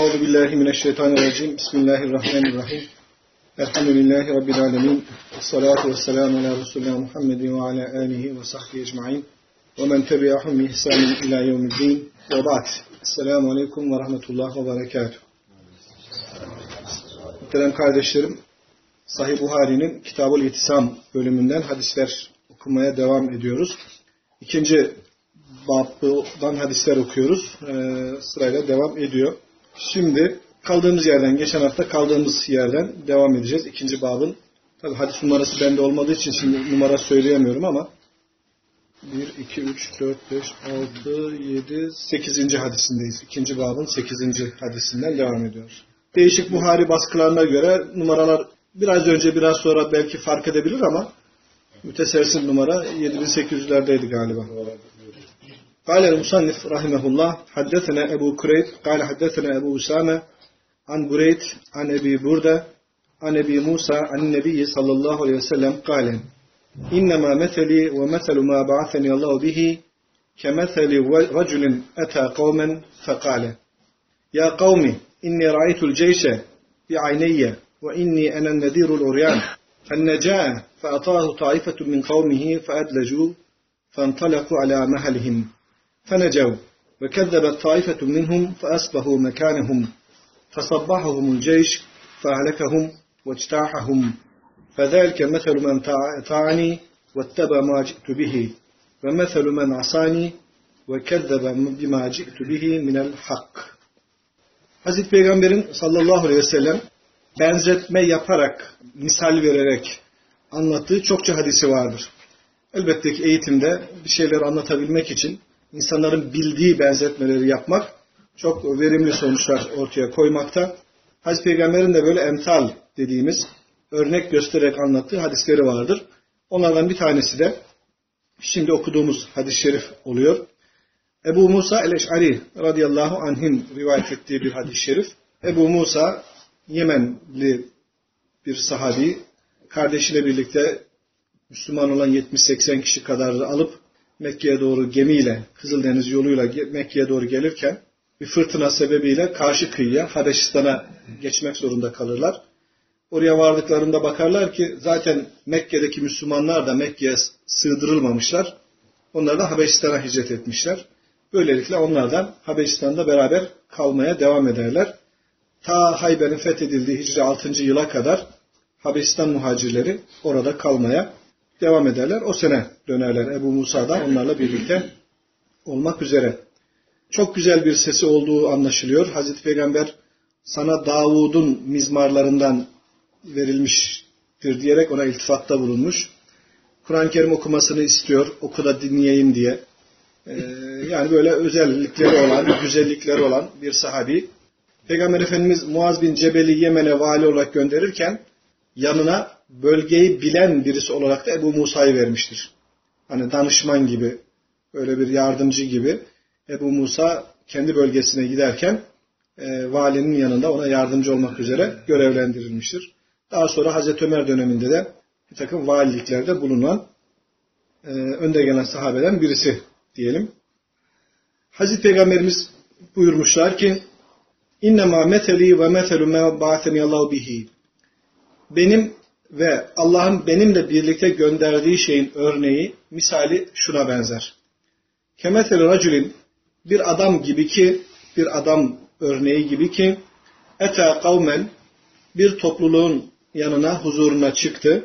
Euzu billahi mineşşeytanirracim. Bismillahirrahmanirrahim. Elhamdülillahi rabbil alamin. Essalatu vesselamu ala resulina Muhammedin ve ala alihi ve sahbihi ecmaîn. Ve men tebi'ahum bi ihsanin ila yevmiddin. Ve ba'd. Esselamu aleyküm ve rahmetullah ve berekatuhu. Muhterem kardeşlerim, Sahih Buhari'nin Kitab-ül İtisam bölümünden hadisler okumaya devam ediyoruz. İkinci babdan hadisler okuyoruz. Sırayla devam ediyor. Şimdi kaldığımız yerden, geçen hafta kaldığımız yerden devam edeceğiz. İkinci babın. Tabi hadis numarası bende olmadığı için şimdi numara söyleyemiyorum ama 1, 2, 3, 4, 5, 6, 7, 8. hadisindeyiz. İkinci babın 8. hadisinden devam ediyoruz. Değişik Buhari baskılarına göre numaralar biraz önce biraz sonra belki fark edebilir ama müteselsil numara 7800'lerdeydi galiba. قال المصنف رحمه الله حدثنا أبو كريب قال حدثنا أبو أسامة عن بريد عن أبي بردة عن أبي موسى عن النبي صلى الله عليه وسلم قال إنما مثلي ومثل ما بعثني الله به كمثل رجل أتى قوما فقال يا قوم إني رأيت الجيش بعيني وإني أنا النذير العريان فالنجاة فأطاه طائفة من قومه فأدلجوا فانطلقوا على مهلهم فنجوا وكذبت طائفة منهم فأصبحوا مكانهم فصبحهم الجيش فأهلكهم واجتاحهم فذلك مثل من طاعني واتبع ما جئت به ومثل من عصاني وكذب بما جئت به من الحق. Hazreti Peygamber'in sallallahu aleyhi ve sellem benzetme yaparak, misal vererek anlattığı çokça hadisi vardır. Elbette ki eğitimde bir şeyleri anlatabilmek için insanların bildiği benzetmeleri yapmak çok verimli sonuçlar ortaya koymakta. Hazreti Peygamber'in de böyle emsal dediğimiz örnek göstererek anlattığı hadisleri vardır. Onlardan bir tanesi de şimdi okuduğumuz hadis-i şerif oluyor. Ebu Musa el-Eş'ari radıyallahu anh'in rivayet ettiği bir hadis-i şerif. Ebu Musa Yemenli bir sahabi, kardeşiyle birlikte Müslüman olan 70-80 kişi kadarı alıp Mekke'ye doğru gemiyle, Kızıldeniz yoluyla Mekke'ye doğru gelirken bir fırtına sebebiyle karşı kıyıya, Habeşistan'a geçmek zorunda kalırlar. Oraya vardıklarında bakarlar ki zaten Mekke'deki Müslümanlar da Mekke'ye sığdırılmamışlar. Onlar da Habeşistan'a hicret etmişler. Böylelikle onlardan Habeşistan'da beraber kalmaya devam ederler. Ta Hayber'in fethedildiği Hicri 6. yıla kadar Habeşistan muhacirleri orada kalmaya devam ederler. O sene dönerler. Ebu Musa da onlarla birlikte olmak üzere. Çok güzel bir sesi olduğu anlaşılıyor. Hazreti Peygamber sana Davud'un mizmarlarından verilmiştir diyerek ona iltifatta bulunmuş. Kur'an-ı Kerim okumasını istiyor. Oku da dinleyeyim diye. Yani böyle özellikleri olan, güzellikleri olan bir sahabi. Peygamber Efendimiz Muaz bin Cebel'i Yemen'e vali olarak gönderirken yanına bölgeyi bilen birisi olarak da Ebu Musa'yı vermiştir. Hani danışman gibi, öyle bir yardımcı gibi Ebu Musa kendi bölgesine giderken valinin yanında ona yardımcı olmak üzere görevlendirilmiştir. Daha sonra Hazreti Ömer döneminde de bir takım valiliklerde bulunan önde gelen sahabeden birisi diyelim. Hazreti Peygamberimiz buyurmuşlar ki İnnemâ meteli ve metelu mâ ba'atheniyallâhu bihi. Benim ve Allah'ın benimle birlikte gönderdiği şeyin örneği, misali şuna benzer. Kemetheli raculin, bir adam gibi ki, bir adam örneği gibi ki, etâ kavmen, bir topluluğun yanına, huzuruna çıktı.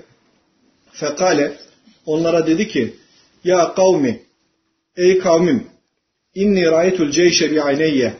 Fekale, onlara dedi ki, ya kavmi, ey kavmim, inni ra'aytul ceyşe bi'ayneyye.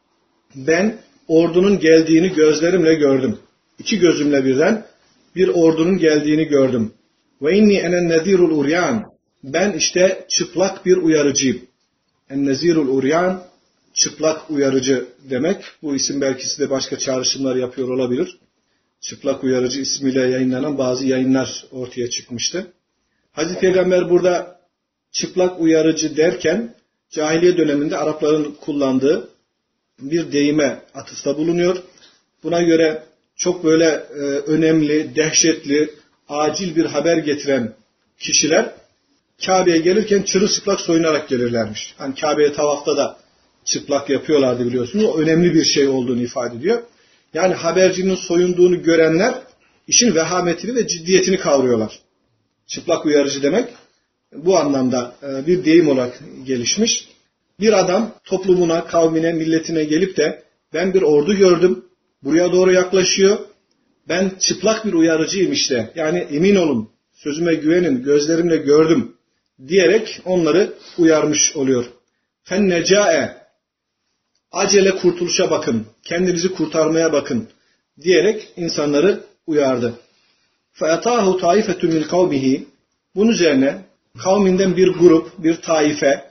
Ben ordunun geldiğini gözlerimle gördüm. İki gözümle birden bir ordunun geldiğini gördüm. Ve inni enen nezirul uryan. Ben işte çıplak bir uyarıcıyım. En nezirul uryan, çıplak uyarıcı demek. Bu isim belki size başka çağrışımlar yapıyor olabilir. Çıplak uyarıcı ismiyle yayınlanan bazı yayınlar ortaya çıkmıştı. Hazreti Peygamber burada çıplak uyarıcı derken cahiliye döneminde Arapların kullandığı bir deyime atıfta bulunuyor. Buna göre çok böyle önemli, dehşetli, acil bir haber getiren kişiler Kabe'ye gelirken çırılçıplak soyunarak gelirlermiş. Hani Kabe'ye tavafta da çıplak yapıyorlardı biliyorsunuz. O önemli bir şey olduğunu ifade ediyor. Yani habercinin soyunduğunu görenler işin vehametini ve ciddiyetini kavruyorlar. Çıplak uyarıcı demek bu anlamda bir deyim olarak gelişmiş. Bir adam toplumuna, kavmine, milletine gelip de ben bir ordu gördüm, buraya doğru yaklaşıyor, ben çıplak bir uyarıcıyım işte. Yani emin olun, sözüme güvenin, gözlerimle gördüm diyerek onları uyarmış oluyor. Fenneca'e, acele kurtuluşa bakın, kendinizi kurtarmaya bakın diyerek insanları uyardı. فَاَتَاهُ تَائِفَةٌ مِنْ قَوْمِهِ Bunun üzerine kavminden bir grup, bir taife,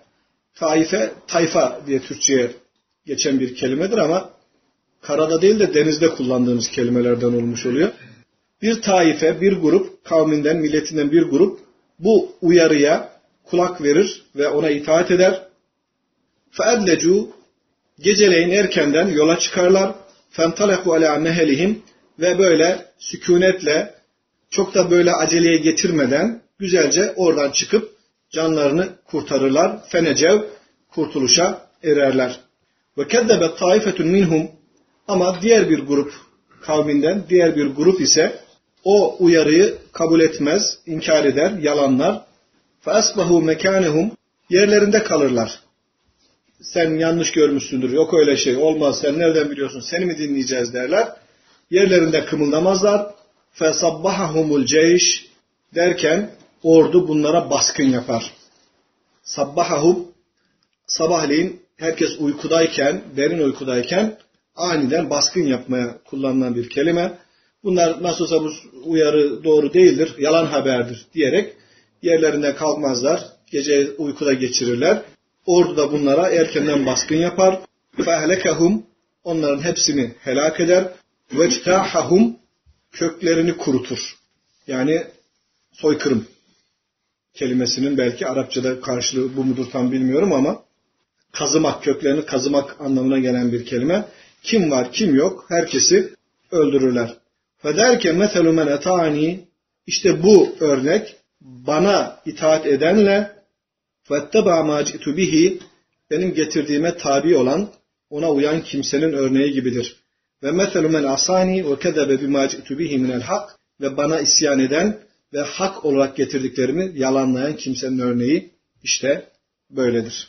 tayfa diye Türkçe'ye geçen bir kelimedir ama karada değil de denizde kullandığımız kelimelerden olmuş oluyor. Bir taife, bir grup, kavminden, milletinden bir grup bu uyarıya kulak verir ve ona itaat eder. فَاَدْلَجُوا Geceleyin erkenden yola çıkarlar. فَانْتَلَقُوا عَلَى مَهَلِهِمْ Ve böyle sükunetle, çok da böyle aceleye getirmeden güzelce oradan çıkıp canlarını kurtarırlar. Fenecev kurtuluşa ererler. Ve kezzebet taifetun minhum Ama diğer bir grup kavminden, diğer bir grup ise o uyarıyı kabul etmez, inkar eder, yalanlar. فَأَسْبَهُ مَكَانِهُمْ Yerlerinde kalırlar. Sen yanlış görmüşsündür, yok öyle şey, olmaz, sen nereden biliyorsun, seni mi dinleyeceğiz derler. Yerlerinde kımıldamazlar. فَسَبَّحَهُمُ الْجَيْشِ Derken ordu bunlara baskın yapar. Sabbahahum sabahleyin herkes uykudayken, derin uykudayken aniden baskın yapmaya kullanılan bir kelime. Bunlar nasıl olsa bu uyarı doğru değildir, yalan haberdir diyerek yerlerinde kalkmazlar, gece uykuda geçirirler. Ordu da bunlara erkenden baskın yapar. فَاَهْلَكَهُمْ Onların hepsini helak eder. وَاجْتَاحَهُمْ Köklerini kurutur. Yani soykırım kelimesinin belki Arapçada karşılığı bu mudur tam bilmiyorum ama kazımak, köklerini kazımak anlamına gelen bir kelime. Kim var kim yok herkesi öldürürler. فَدَرْكَ مَثَلُ مَنْ اَتَعَنِي İşte bu örnek bana itaat edenle وَاتَّبَعَ مَا جِئْتُ بِهِ Benim getirdiğime tabi olan, ona uyan kimsenin örneği gibidir. وَمَثَلُ مَنْ عَصَانِي وَكَذَبَ بِمَا جِئْتُ بِهِ مِنَ الْحَقِّ Ve bana isyan eden ve hak olarak getirdiklerimi yalanlayan kimsenin örneği işte böyledir.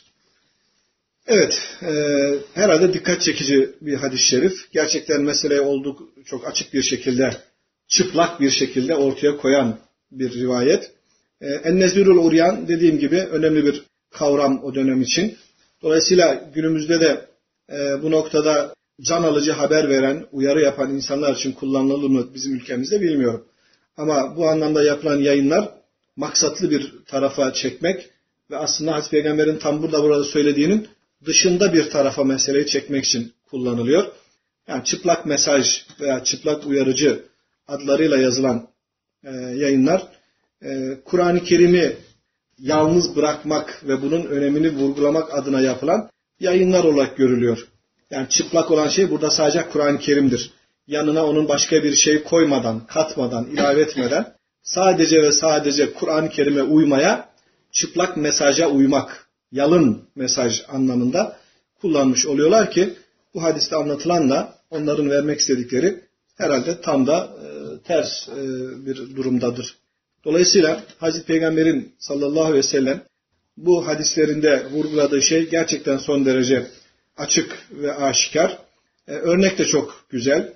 Evet, herhalde dikkat çekici bir hadis-i şerif. Gerçekten meseleyi çok açık bir şekilde, çıplak bir şekilde ortaya koyan bir rivayet. En-nezirul uryan dediğim gibi önemli bir kavram o dönem için. Dolayısıyla günümüzde de bu noktada can alıcı haber veren, uyarı yapan insanlar için kullanılır mı bizim ülkemizde bilmiyorum. Ama bu anlamda yapılan yayınlar maksatlı bir tarafa çekmek ve aslında Hazreti Peygamber'in tam burada söylediğinin dışında bir tarafa meseleyi çekmek için kullanılıyor. Yani çıplak mesaj veya çıplak uyarıcı adlarıyla yazılan yayınlar Kur'an-ı Kerim'i yalnız bırakmak ve bunun önemini vurgulamak adına yapılan yayınlar olarak görülüyor. Yani çıplak olan şey burada sadece Kur'an-ı Kerim'dir. Yanına onun başka bir şey koymadan, katmadan, ilave etmeden sadece ve sadece Kur'an-ı Kerim'e uymaya, çıplak mesaja uymak, yalın mesaj anlamında kullanmış oluyorlar ki bu hadiste anlatılanla onların vermek istedikleri herhalde tam da ters bir durumdadır. Dolayısıyla Hazreti Peygamber'in sallallahu aleyhi ve sellem bu hadislerinde vurguladığı şey gerçekten son derece açık ve aşikar. Örnek de çok güzel.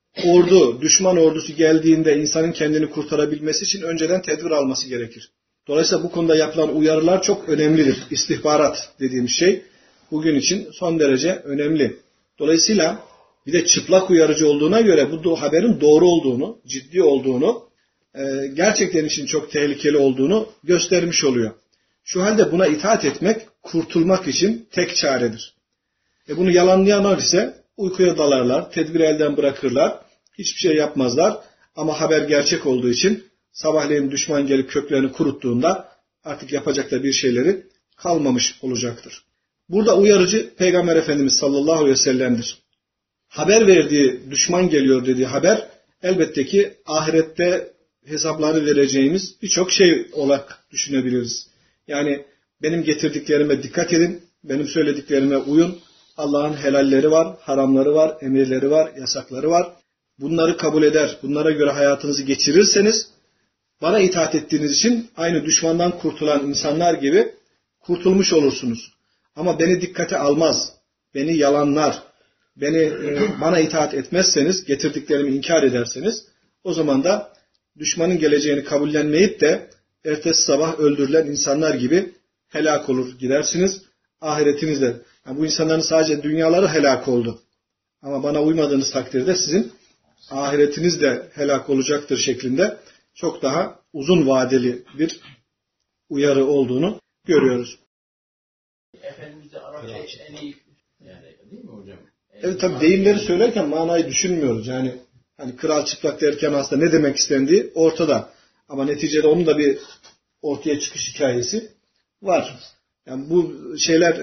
Düşman ordusu geldiğinde insanın kendini kurtarabilmesi için önceden tedbir alması gerekir. Dolayısıyla bu konuda yapılan uyarılar çok önemlidir. İstihbarat dediğimiz şey bugün için son derece önemli. Dolayısıyla bir de çıplak uyarıcı olduğuna göre bu haberin doğru olduğunu, ciddi olduğunu, gerçekten için çok tehlikeli olduğunu göstermiş oluyor. Şu halde buna itaat etmek, kurtulmak için tek çaredir. Bunu yalanlayanlar ise uykuya dalarlar, tedbiri elden bırakırlar, hiçbir şey yapmazlar. Ama haber gerçek olduğu için sabahleyin düşman gelip köklerini kuruttuğunda artık yapacak da bir şeyleri kalmamış olacaktır. Burada uyarıcı Peygamber Efendimiz sallallahu aleyhi ve sellem'dir. Haber verdiği, düşman geliyor dediği haber elbette ki ahirette hesapları vereceğimiz birçok şey olarak düşünebiliriz. Yani benim getirdiklerime dikkat edin, benim söylediklerime uyun, Allah'ın helalleri var, haramları var, emirleri var, yasakları var. Bunları kabul eder, bunlara göre hayatınızı geçirirseniz, bana itaat ettiğiniz için aynı düşmandan kurtulan insanlar gibi kurtulmuş olursunuz. Ama beni dikkate almaz, beni yalanlar, bana itaat etmezseniz, getirdiklerimi inkar ederseniz, o zaman da düşmanın geleceğini kabullenmeyip de ertesi sabah öldürülen insanlar gibi helak olur gidersiniz. Ahiretinizde, yani bu insanların sadece dünyaları helak oldu. Ama bana uymadığınız takdirde sizin ahiretiniz de helak olacaktır şeklinde çok daha uzun vadeli bir uyarı olduğunu görüyoruz. Efendimiz de Arapça en iyi yani değil mi hocam? Evet tabi deyimleri söylerken manayı düşünmüyoruz. Yani hani kral çıplak derken aslında ne demek istendiği ortada. Ama neticede onun da bir ortaya çıkış hikayesi var. Yani bu şeyler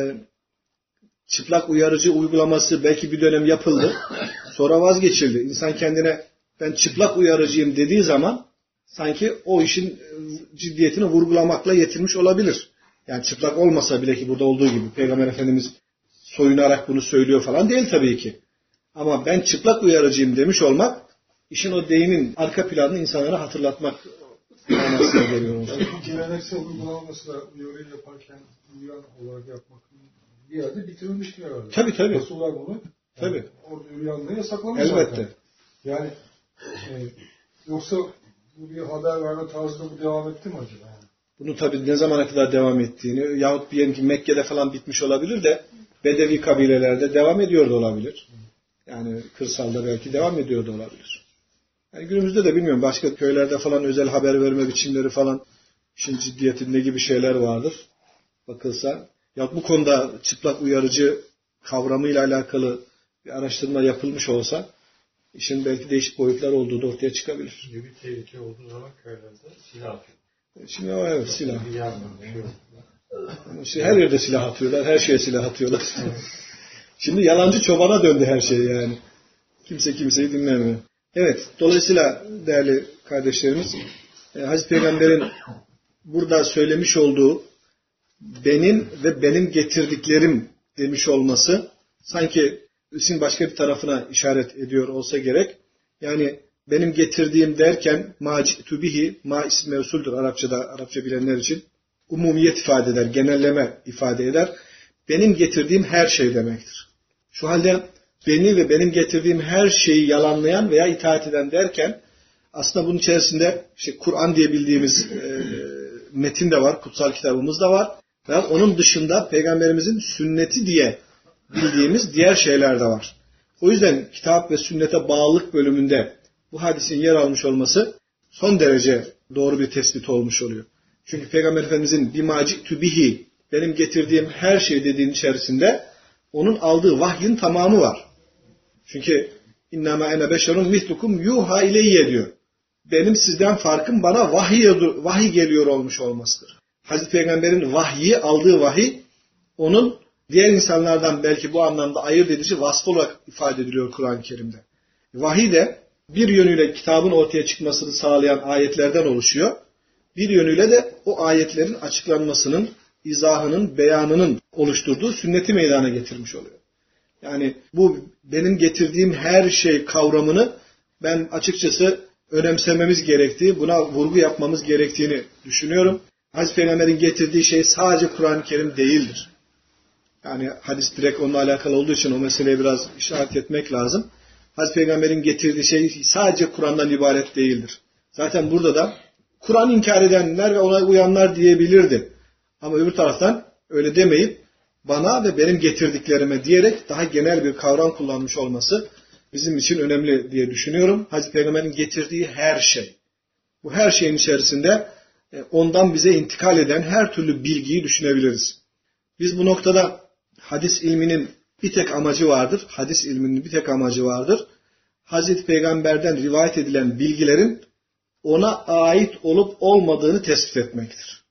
çıplak uyarıcı uygulaması belki bir dönem yapıldı. Sonra vazgeçildi. İnsan kendine ben çıplak uyarıcıyım dediği zaman sanki o işin ciddiyetini vurgulamakla yetinmiş olabilir. Yani çıplak olmasa bile ki burada olduğu gibi Peygamber Efendimiz soyunarak bunu söylüyor falan değil tabii ki. Ama ben çıplak uyarıcıyım demiş olmak işin o deyimin arka planını insanlara hatırlatmak manasına geliyor. Geleneksel uygulaması da uyarı yaparken uyan olarak yapmak bir yerde bitirilmiş bir herhalde. Tabii. Resulullah bunu Tabii. Orada uyanmayı yasaklamış Elbette. zaten. Yani yoksa bu bir haber verme tarzında bu devam etti mi acaba? Yani? Bunu tabii ne zamana kadar devam ettiğini yahut diyelim ki Mekke'de falan bitmiş olabilir de Bedevi kabilelerde devam ediyor da olabilir. Yani kırsalda belki devam ediyor da olabilir. Yani günümüzde de bilmiyorum başka köylerde falan özel haber verme biçimleri falan işin ciddiyetinde gibi şeyler vardır. Bakılsa. Ya bu konuda çıplak uyarıcı kavramıyla alakalı bir araştırma yapılmış olsa işin belki değişik boyutlar olduğu da ortaya çıkabilir. Bir tehlike olduğu zaman köylerde silah atıyor. Şimdi o evet silah. Bir yardım, İşte her yerde silah atıyorlar, her şeye silah atıyorlar. Şimdi yalancı çobana döndü her şey yani. Kimse kimseyi dinlemiyor. Evet, dolayısıyla değerli kardeşlerimiz, Hazreti Peygamber'in burada söylemiş olduğu benim ve benim getirdiklerim demiş olması sanki işin başka bir tarafına işaret ediyor olsa gerek. Yani benim getirdiğim derken macitu bihi, ma isim mevsuldür Arapçada, Arapça bilenler için. Umumiyet ifade eder, genelleme ifade eder. Benim getirdiğim her şey demektir. Şu halde beni ve benim getirdiğim her şeyi yalanlayan veya itaat eden derken aslında bunun içerisinde işte Kur'an diye bildiğimiz metin de var, kutsal kitabımız da var. Ve onun dışında Peygamberimizin sünneti diye bildiğimiz diğer şeyler de var. O yüzden kitap ve sünnete bağlılık bölümünde bu hadisin yer almış olması son derece doğru bir tespit olmuş oluyor. Çünkü Peygamber Efendimizin bimaci'tü bihi, benim getirdiğim her şey dediğin içerisinde onun aldığı vahyin tamamı var. Çünkü innama ene beşerun mithlukum yuha ileyye diyor. Benim sizden farkım bana vahiy geliyor olmuş olmasıdır. Hazreti Peygamber'in vahyi, aldığı vahiy onun diğer insanlardan belki bu anlamda ayırt edici vasfı olarak ifade ediliyor Kur'an-ı Kerim'de. Vahiy de bir yönüyle kitabın ortaya çıkmasını sağlayan ayetlerden oluşuyor. Bir yönüyle de o ayetlerin açıklanmasının, izahının, beyanının oluşturduğu sünneti meydana getirmiş oluyor. Yani bu benim getirdiğim her şey kavramını ben açıkçası önemsememiz gerektiği, buna vurgu yapmamız gerektiğini düşünüyorum. Hazreti Peygamber'in getirdiği şey sadece Kur'an-ı Kerim değildir. Yani hadis direkt onunla alakalı olduğu için o meseleye biraz işaret etmek lazım. Hazreti Peygamber'in getirdiği şey sadece Kur'an'dan ibaret değildir. Zaten burada da Kur'an inkar edenler ve ona uyanlar diyebilirdi. Ama öbür taraftan öyle demeyip bana ve benim getirdiklerime diyerek daha genel bir kavram kullanmış olması bizim için önemli diye düşünüyorum. Hazreti Peygamber'in getirdiği her şey. Bu her şeyin içerisinde ondan bize intikal eden her türlü bilgiyi düşünebiliriz. Biz bu noktada hadis ilminin bir tek amacı vardır. Hadis ilminin bir tek amacı vardır. Hazreti Peygamber'den rivayet edilen bilgilerin ona ait olup olmadığını tespit etmektir.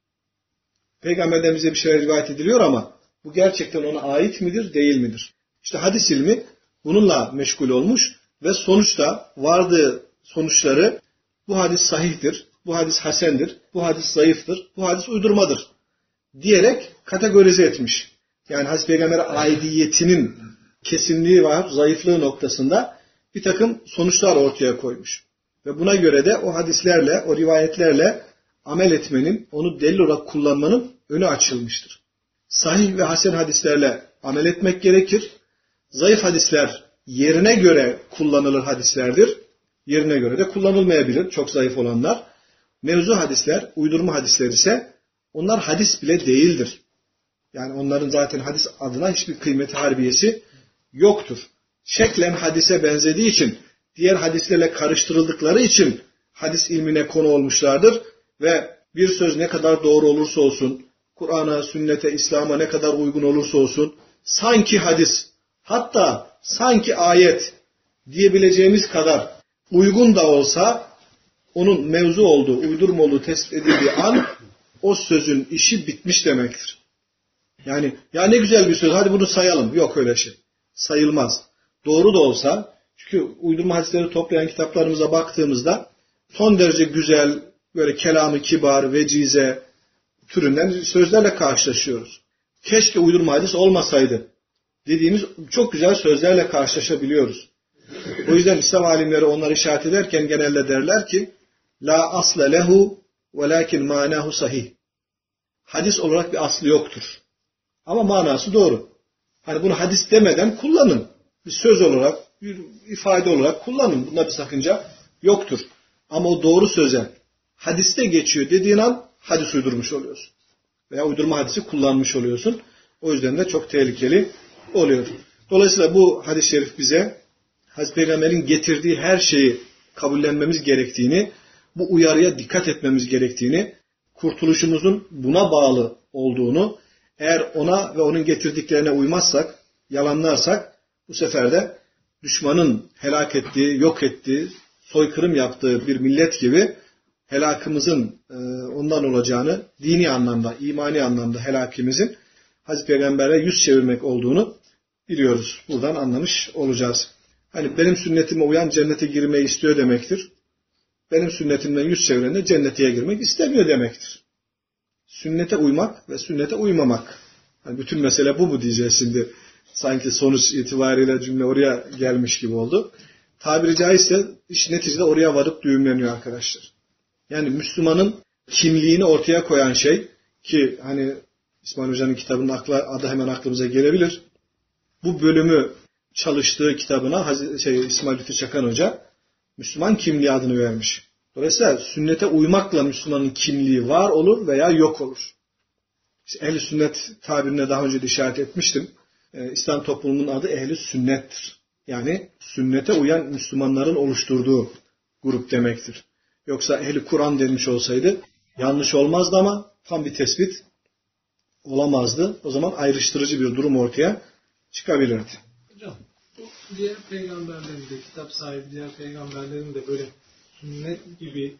Peygamberden bize bir şeyler rivayet ediliyor ama bu gerçekten ona ait midir, değil midir? İşte hadis ilmi bununla meşgul olmuş ve sonuçta vardığı sonuçları bu hadis sahihtir, bu hadis hasendir, bu hadis zayıftır, bu hadis uydurmadır diyerek kategorize etmiş. Yani Hazreti Peygamber'e aidiyetinin kesinliği var, zayıflığı noktasında bir takım sonuçlar ortaya koymuş. Ve buna göre de o hadislerle, o rivayetlerle amel etmenin, onu delil olarak kullanmanın önü açılmıştır. Sahih ve hasen hadislerle amel etmek gerekir. Zayıf hadisler yerine göre kullanılır hadislerdir. Yerine göre de kullanılmayabilir çok zayıf olanlar. Mevzu hadisler, uydurma hadisler ise onlar hadis bile değildir. Yani onların zaten hadis adına hiçbir kıymeti harbiyesi yoktur. Şeklen hadise benzediği için, diğer hadislerle karıştırıldıkları için hadis ilmine konu olmuşlardır ve bir söz ne kadar doğru olursa olsun, Kur'an'a, sünnete, İslam'a ne kadar uygun olursa olsun, sanki hadis, hatta sanki ayet diyebileceğimiz kadar uygun da olsa, onun mevzu olduğu, uydurma olduğu tespit edildiği an, o sözün işi bitmiş demektir. Yani ya ne güzel bir söz, hadi bunu sayalım. Yok öyle şey. Sayılmaz. Doğru da olsa, çünkü uydurma hadisleri toplayan kitaplarımıza baktığımızda son derece güzel, böyle kelamı kibar, vecize türünden sözlerle karşılaşıyoruz. Keşke uydurma hadis olmasaydı dediğimiz çok güzel sözlerle karşılaşabiliyoruz. O yüzden İslam alimleri onları işaret ederken genelde derler ki la asle lehu velakin manahu sahih. Hadis olarak bir aslı yoktur. Ama manası doğru. Hani bunu hadis demeden kullanın. Bir söz olarak, bir ifade olarak kullanın. Bunda bir sakınca yoktur. Ama o doğru söze hadiste geçiyor dediğin an hadis uydurmuş oluyorsun. Veya uydurma hadisi kullanmış oluyorsun. O yüzden de çok tehlikeli oluyor. Dolayısıyla bu hadis-i şerif bize Hazreti Peygamber'in getirdiği her şeyi kabullenmemiz gerektiğini, bu uyarıya dikkat etmemiz gerektiğini, kurtuluşumuzun buna bağlı olduğunu, eğer ona ve onun getirdiklerine uymazsak, yalanlarsak, bu sefer de düşmanın helak ettiği, yok ettiği, soykırım yaptığı bir millet gibi helakımızın ondan olacağını, dini anlamda, imani anlamda helakimizin Hazreti Peygamber'e yüz çevirmek olduğunu biliyoruz. Buradan anlamış olacağız. Hani benim sünnetime uyan cennete girmeyi istiyor demektir. Benim sünnetimden yüz çeviren de cennete girmek istemiyor demektir. Sünnete uymak ve sünnete uymamak. Yani bütün mesele bu mu diyeceğiz şimdi? Sanki sonuç itibariyle cümle oraya gelmiş gibi oldu. Tabiri caizse iş neticede oraya varıp düğümleniyor arkadaşlar. Yani Müslümanın kimliğini ortaya koyan şey ki hani İsmail Hoca'nın kitabının adı hemen aklımıza gelebilir. Bu bölümü çalıştığı kitabına İsmail Lütfü Çakan Hoca Müslüman kimliği adını vermiş. Dolayısıyla sünnete uymakla Müslümanın kimliği var olur veya yok olur. İşte ehl-i sünnet tabirine daha önce de işaret etmiştim. İslam toplumunun adı ehl-i sünnettir. Yani sünnete uyan Müslümanların oluşturduğu grup demektir. Yoksa ehl-i Kur'an denmiş olsaydı yanlış olmazdı ama tam bir tespit olamazdı. O zaman ayrıştırıcı bir durum ortaya çıkabilirdi. Hocam, bu diğer peygamberlerin de, kitap sahibi diğer peygamberlerin de böyle sünnet gibi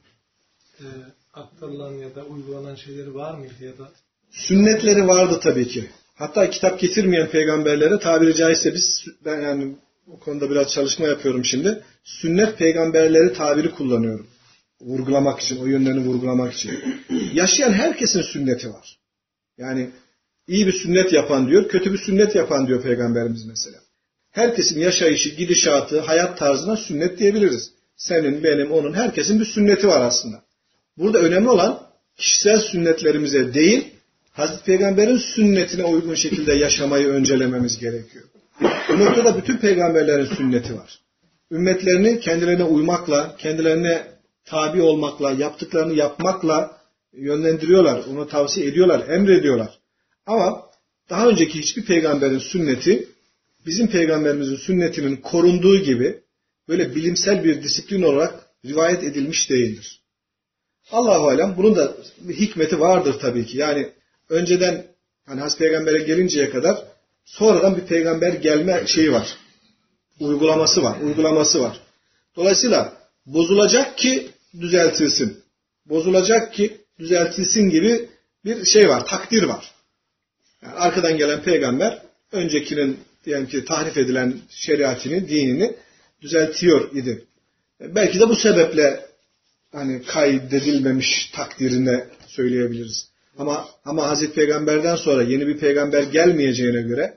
aktarılan ya da uygulanan şeyleri var mıydı ya da? Sünnetleri vardı tabii ki. Hatta kitap getirmeyen peygamberlere tabiri caizse ben yani o konuda biraz çalışma yapıyorum şimdi. Sünnet peygamberleri tabiri kullanıyorum. Vurgulamak için, o yönlerini vurgulamak için. Yaşayan herkesin sünneti var. Yani iyi bir sünnet yapan diyor, kötü bir sünnet yapan diyor Peygamberimiz mesela. Herkesin yaşayışı, gidişatı, hayat tarzına sünnet diyebiliriz. Senin, benim, onun, herkesin bir sünneti var aslında. Burada önemli olan kişisel sünnetlerimize değil, Hazreti Peygamber'in sünnetine uygun şekilde yaşamayı öncelememiz gerekiyor. Bu noktada bütün peygamberlerin sünneti var. Ümmetlerini kendilerine uymakla, kendilerine tabi olmakla, yaptıklarını yapmakla yönlendiriyorlar, onu tavsiye ediyorlar, emrediyorlar. Ama daha önceki hiçbir peygamberin sünneti, bizim peygamberimizin sünnetinin korunduğu gibi böyle bilimsel bir disiplin olarak rivayet edilmiş değildir. Allahu alem bunun da bir hikmeti vardır tabii ki. Yani önceden hani Hazreti Peygamber'e gelinceye kadar sonradan bir peygamber gelme şeyi var. Uygulaması var. Dolayısıyla bozulacak ki düzeltilsin. Bozulacak ki düzeltilsin gibi bir şey var, takdir var. Yani arkadan gelen peygamber öncekinin diyelim ki tahrif edilen şeriatini, dinini düzeltiyor idi. Belki de bu sebeple hani kaydedilmemiş takdirine söyleyebiliriz. Ama Hazreti Peygamber'den sonra yeni bir peygamber gelmeyeceğine göre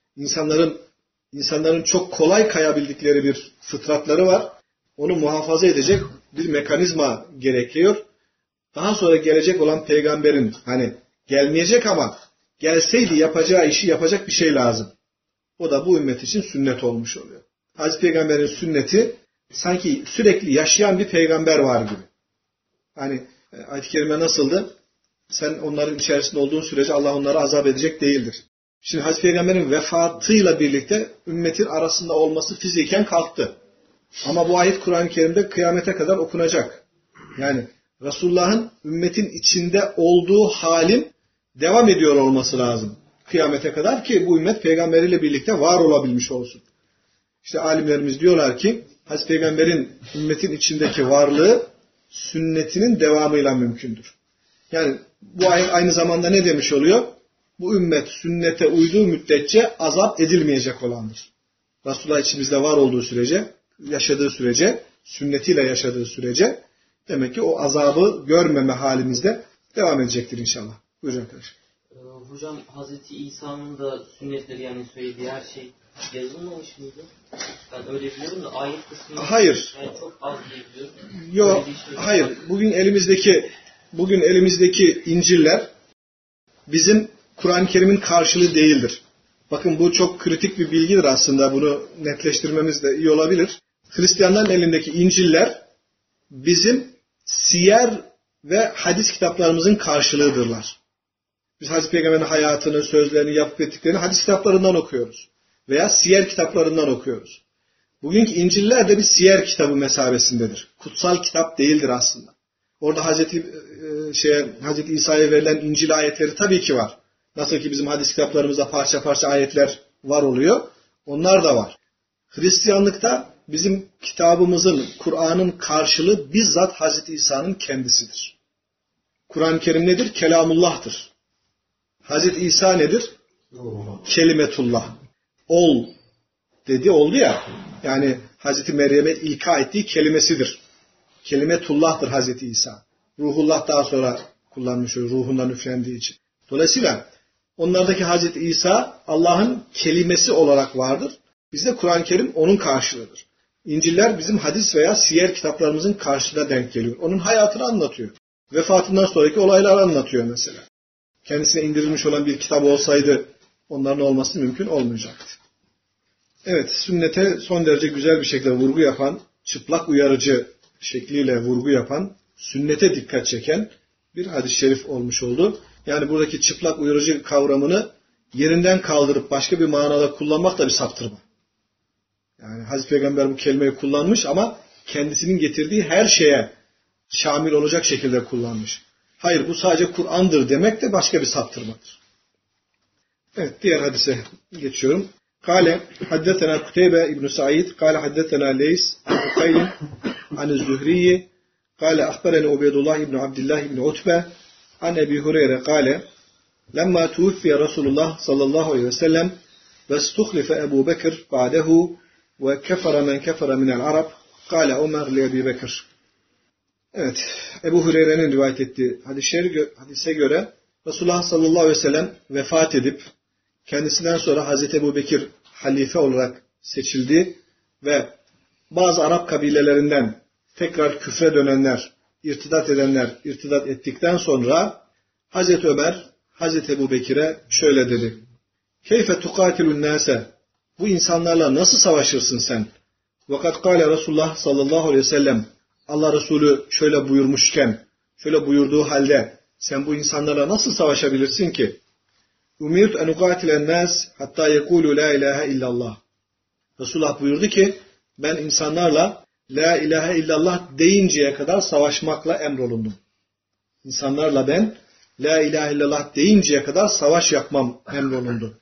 insanların çok kolay kayabildikleri bir fıtratları var. Onu muhafaza edecek bir mekanizma gerekiyor. Daha sonra gelecek olan peygamberin gelmeyecek ama gelseydi yapacağı işi yapacak bir şey lazım. O da bu ümmet için sünnet olmuş oluyor. Hazreti Peygamber'in sünneti sanki sürekli yaşayan bir peygamber var gibi. Ayet-i kerime nasıldı? Sen onların içerisinde olduğun sürece Allah onları azap edecek değildir. Şimdi Hazreti Peygamber'in vefatıyla birlikte ümmetin arasında olması fiziken kalktı. Ama bu ayet Kur'an-ı Kerim'de kıyamete kadar okunacak. Yani Resulullah'ın ümmetin içinde olduğu halin devam ediyor olması lazım. Kıyamete kadar ki bu ümmet peygamberiyle birlikte var olabilmiş olsun. İşte alimlerimiz diyorlar ki Hazreti Peygamber'in ümmetin içindeki varlığı sünnetinin devamıyla mümkündür. Yani bu ayet aynı zamanda ne demiş oluyor? Bu ümmet sünnete uyduğu müddetçe azap edilmeyecek olandır. Resulullah içimizde var olduğu sürece, yaşadığı sürece, sünnetiyle yaşadığı sürece demek ki o azabı görmeme halimizde devam edecektir inşallah. Buyurun arkadaşlar. Hocam Hazreti İsa'nın da sünnetleri yani söylediği her şey yazılmamış mıydı? Ben öyle biliyorum da ayet kısmı hayır. Yani çok az diyebiliyorum. Yok, hayır. Bugün elimizdeki İncil'ler bizim Kur'an-ı Kerim'in karşılığı değildir. Bakın bu çok kritik bir bilgidir aslında. Bunu netleştirmemiz de iyi olabilir. Hristiyanların elindeki İncil'ler bizim siyer ve hadis kitaplarımızın karşılığıdırlar. Biz Hazreti Peygamber'in hayatını, sözlerini, yapıp ettiklerini hadis kitaplarından okuyoruz. Veya siyer kitaplarından okuyoruz. Bugünkü İncil'ler de bir siyer kitabı mesabesindedir. Kutsal kitap değildir aslında. Orada Hazreti İsa'ya verilen İncil ayetleri tabii ki var. Nasıl ki bizim hadis kitaplarımızda parça parça ayetler var oluyor. Onlar da var. Hristiyanlıkta bizim kitabımızın, Kur'an'ın karşılığı bizzat Hazreti İsa'nın kendisidir. Kur'an-ı Kerim nedir? Kelamullah'tır. Hazreti İsa nedir? Kelimetullah. Ol dedi, oldu ya. Yani Hazreti Meryem'e ilka ettiği kelimesidir. Kelimetullah'tır Hazreti İsa. Ruhullah daha sonra kullanmış oluyor, ruhundan üflendiği için. Dolayısıyla onlardaki Hazreti İsa Allah'ın kelimesi olarak vardır. Bizde Kur'an-ı Kerim onun karşılığıdır. İncil'ler bizim hadis veya siyer kitaplarımızın karşılığına denk geliyor. Onun hayatını anlatıyor. Vefatından sonraki olayları anlatıyor mesela. Kendisine indirilmiş olan bir kitap olsaydı onların olması mümkün olmayacaktı. Evet, sünnete son derece güzel bir şekilde vurgu yapan, çıplak uyarıcı şekliyle vurgu yapan, sünnete dikkat çeken bir hadis-i şerif olmuş oldu. Yani buradaki çıplak uyarıcı kavramını yerinden kaldırıp başka bir manada kullanmak da bir saptırma. Yani Hazreti Peygamber bu kelimeyi kullanmış ama kendisinin getirdiği her şeye şamil olacak şekilde kullanmış. Hayır, bu sadece Kur'an'dır demek de başka bir saptırmadır. Evet, diğer hadise geçiyorum. Kale haddetena Kuteybe İbn Said, kale haddetena Leys an Ukaylin an Zühriye, kale ahbereni Ubeydullah İbn Abdullah İbn Utbe an Ebi Hureyre kale lemma tuwfiye Resulullah sallallahu aleyhi ve sellem ve istuhlife Ebu Bekir ba'dehu ve kefere men kefere minel Arab kale Ömer li Ebi Bekir. Evet, Ebu Hureyre'nin rivayet ettiği hadise göre Resulullah sallallahu aleyhi ve sellem vefat edip kendisinden sonra Hazreti Ebu Bekir halife olarak seçildi ve bazı Arap kabilelerinden tekrar küfre dönenler, irtidat edenler irtidat ettikten sonra Hazreti Ömer Hazreti Ebu Bekir'e şöyle dedi. Keyfe tukatilun nase, bu insanlarla nasıl savaşırsın sen? Vakat kâle Resulullah sallallahu aleyhi ve sellem, Allah Resulü şöyle buyurmuşken, şöyle buyurduğu halde sen bu insanlarla nasıl savaşabilirsin ki? Umirtu en uqatilen nas hatta yekulu la ilahe illallah. Resulullah buyurdu ki ben insanlarla la ilahe illallah deyinceye kadar savaşmakla emrolundum. İnsanlarla ben la ilahe illallah deyinceye kadar savaş yapmam emrolundu.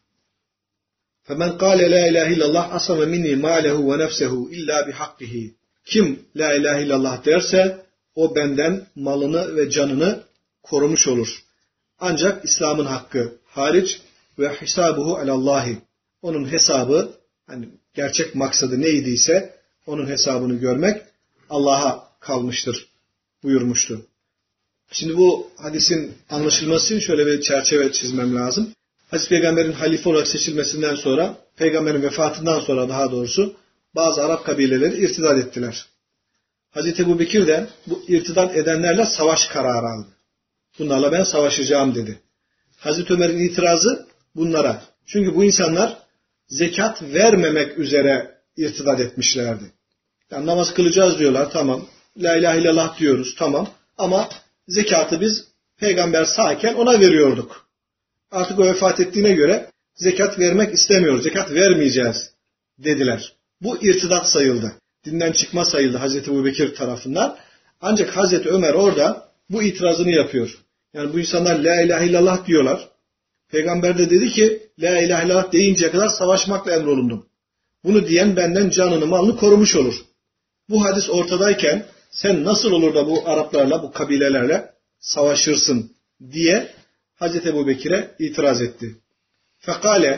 Femen kâle la ilahe illallah asame minni mâlehu ve nefsehu illa bihakkihi. Kim la ilahe illallah derse o benden malını ve canını korumuş olur. Ancak İslam'ın hakkı hariç ve hisabuhu alallahi. Onun hesabı, hani gerçek maksadı neydiyse onun hesabını görmek Allah'a kalmıştır buyurmuştu. Şimdi bu hadisin anlaşılması için şöyle bir çerçeve çizmem lazım. Hazreti Peygamber'in halife olarak seçilmesinden sonra, Peygamber'in vefatından sonra daha doğrusu bazı Arap kabileleri irtidat ettiler. Hazreti Ebubekir de bu irtidat edenlerle savaş kararı aldı. Bunlarla ben savaşacağım dedi. Hazreti Ömer'in itirazı bunlara. Çünkü bu insanlar zekat vermemek üzere irtidat etmişlerdi. Yani namaz kılacağız diyorlar, tamam. La ilahe illallah diyoruz, tamam. Ama zekatı biz peygamber sağken ona veriyorduk. Artık o vefat ettiğine göre zekat vermek istemiyoruz, zekat vermeyeceğiz dediler. Bu irtidat sayıldı. Dinden çıkma sayıldı Hazreti Ebubekir tarafından. Ancak Hazreti Ömer orada bu itirazını yapıyor. Yani bu insanlar la ilahe illallah diyorlar. Peygamber de dedi ki la ilahe illallah deyinceye kadar savaşmakla emrolundum. Bunu diyen benden canını malını korumuş olur. Bu hadis ortadayken sen nasıl olur da bu Araplarla, bu kabilelerle savaşırsın diye Hazreti Ebubekir'e itiraz etti. Fekale,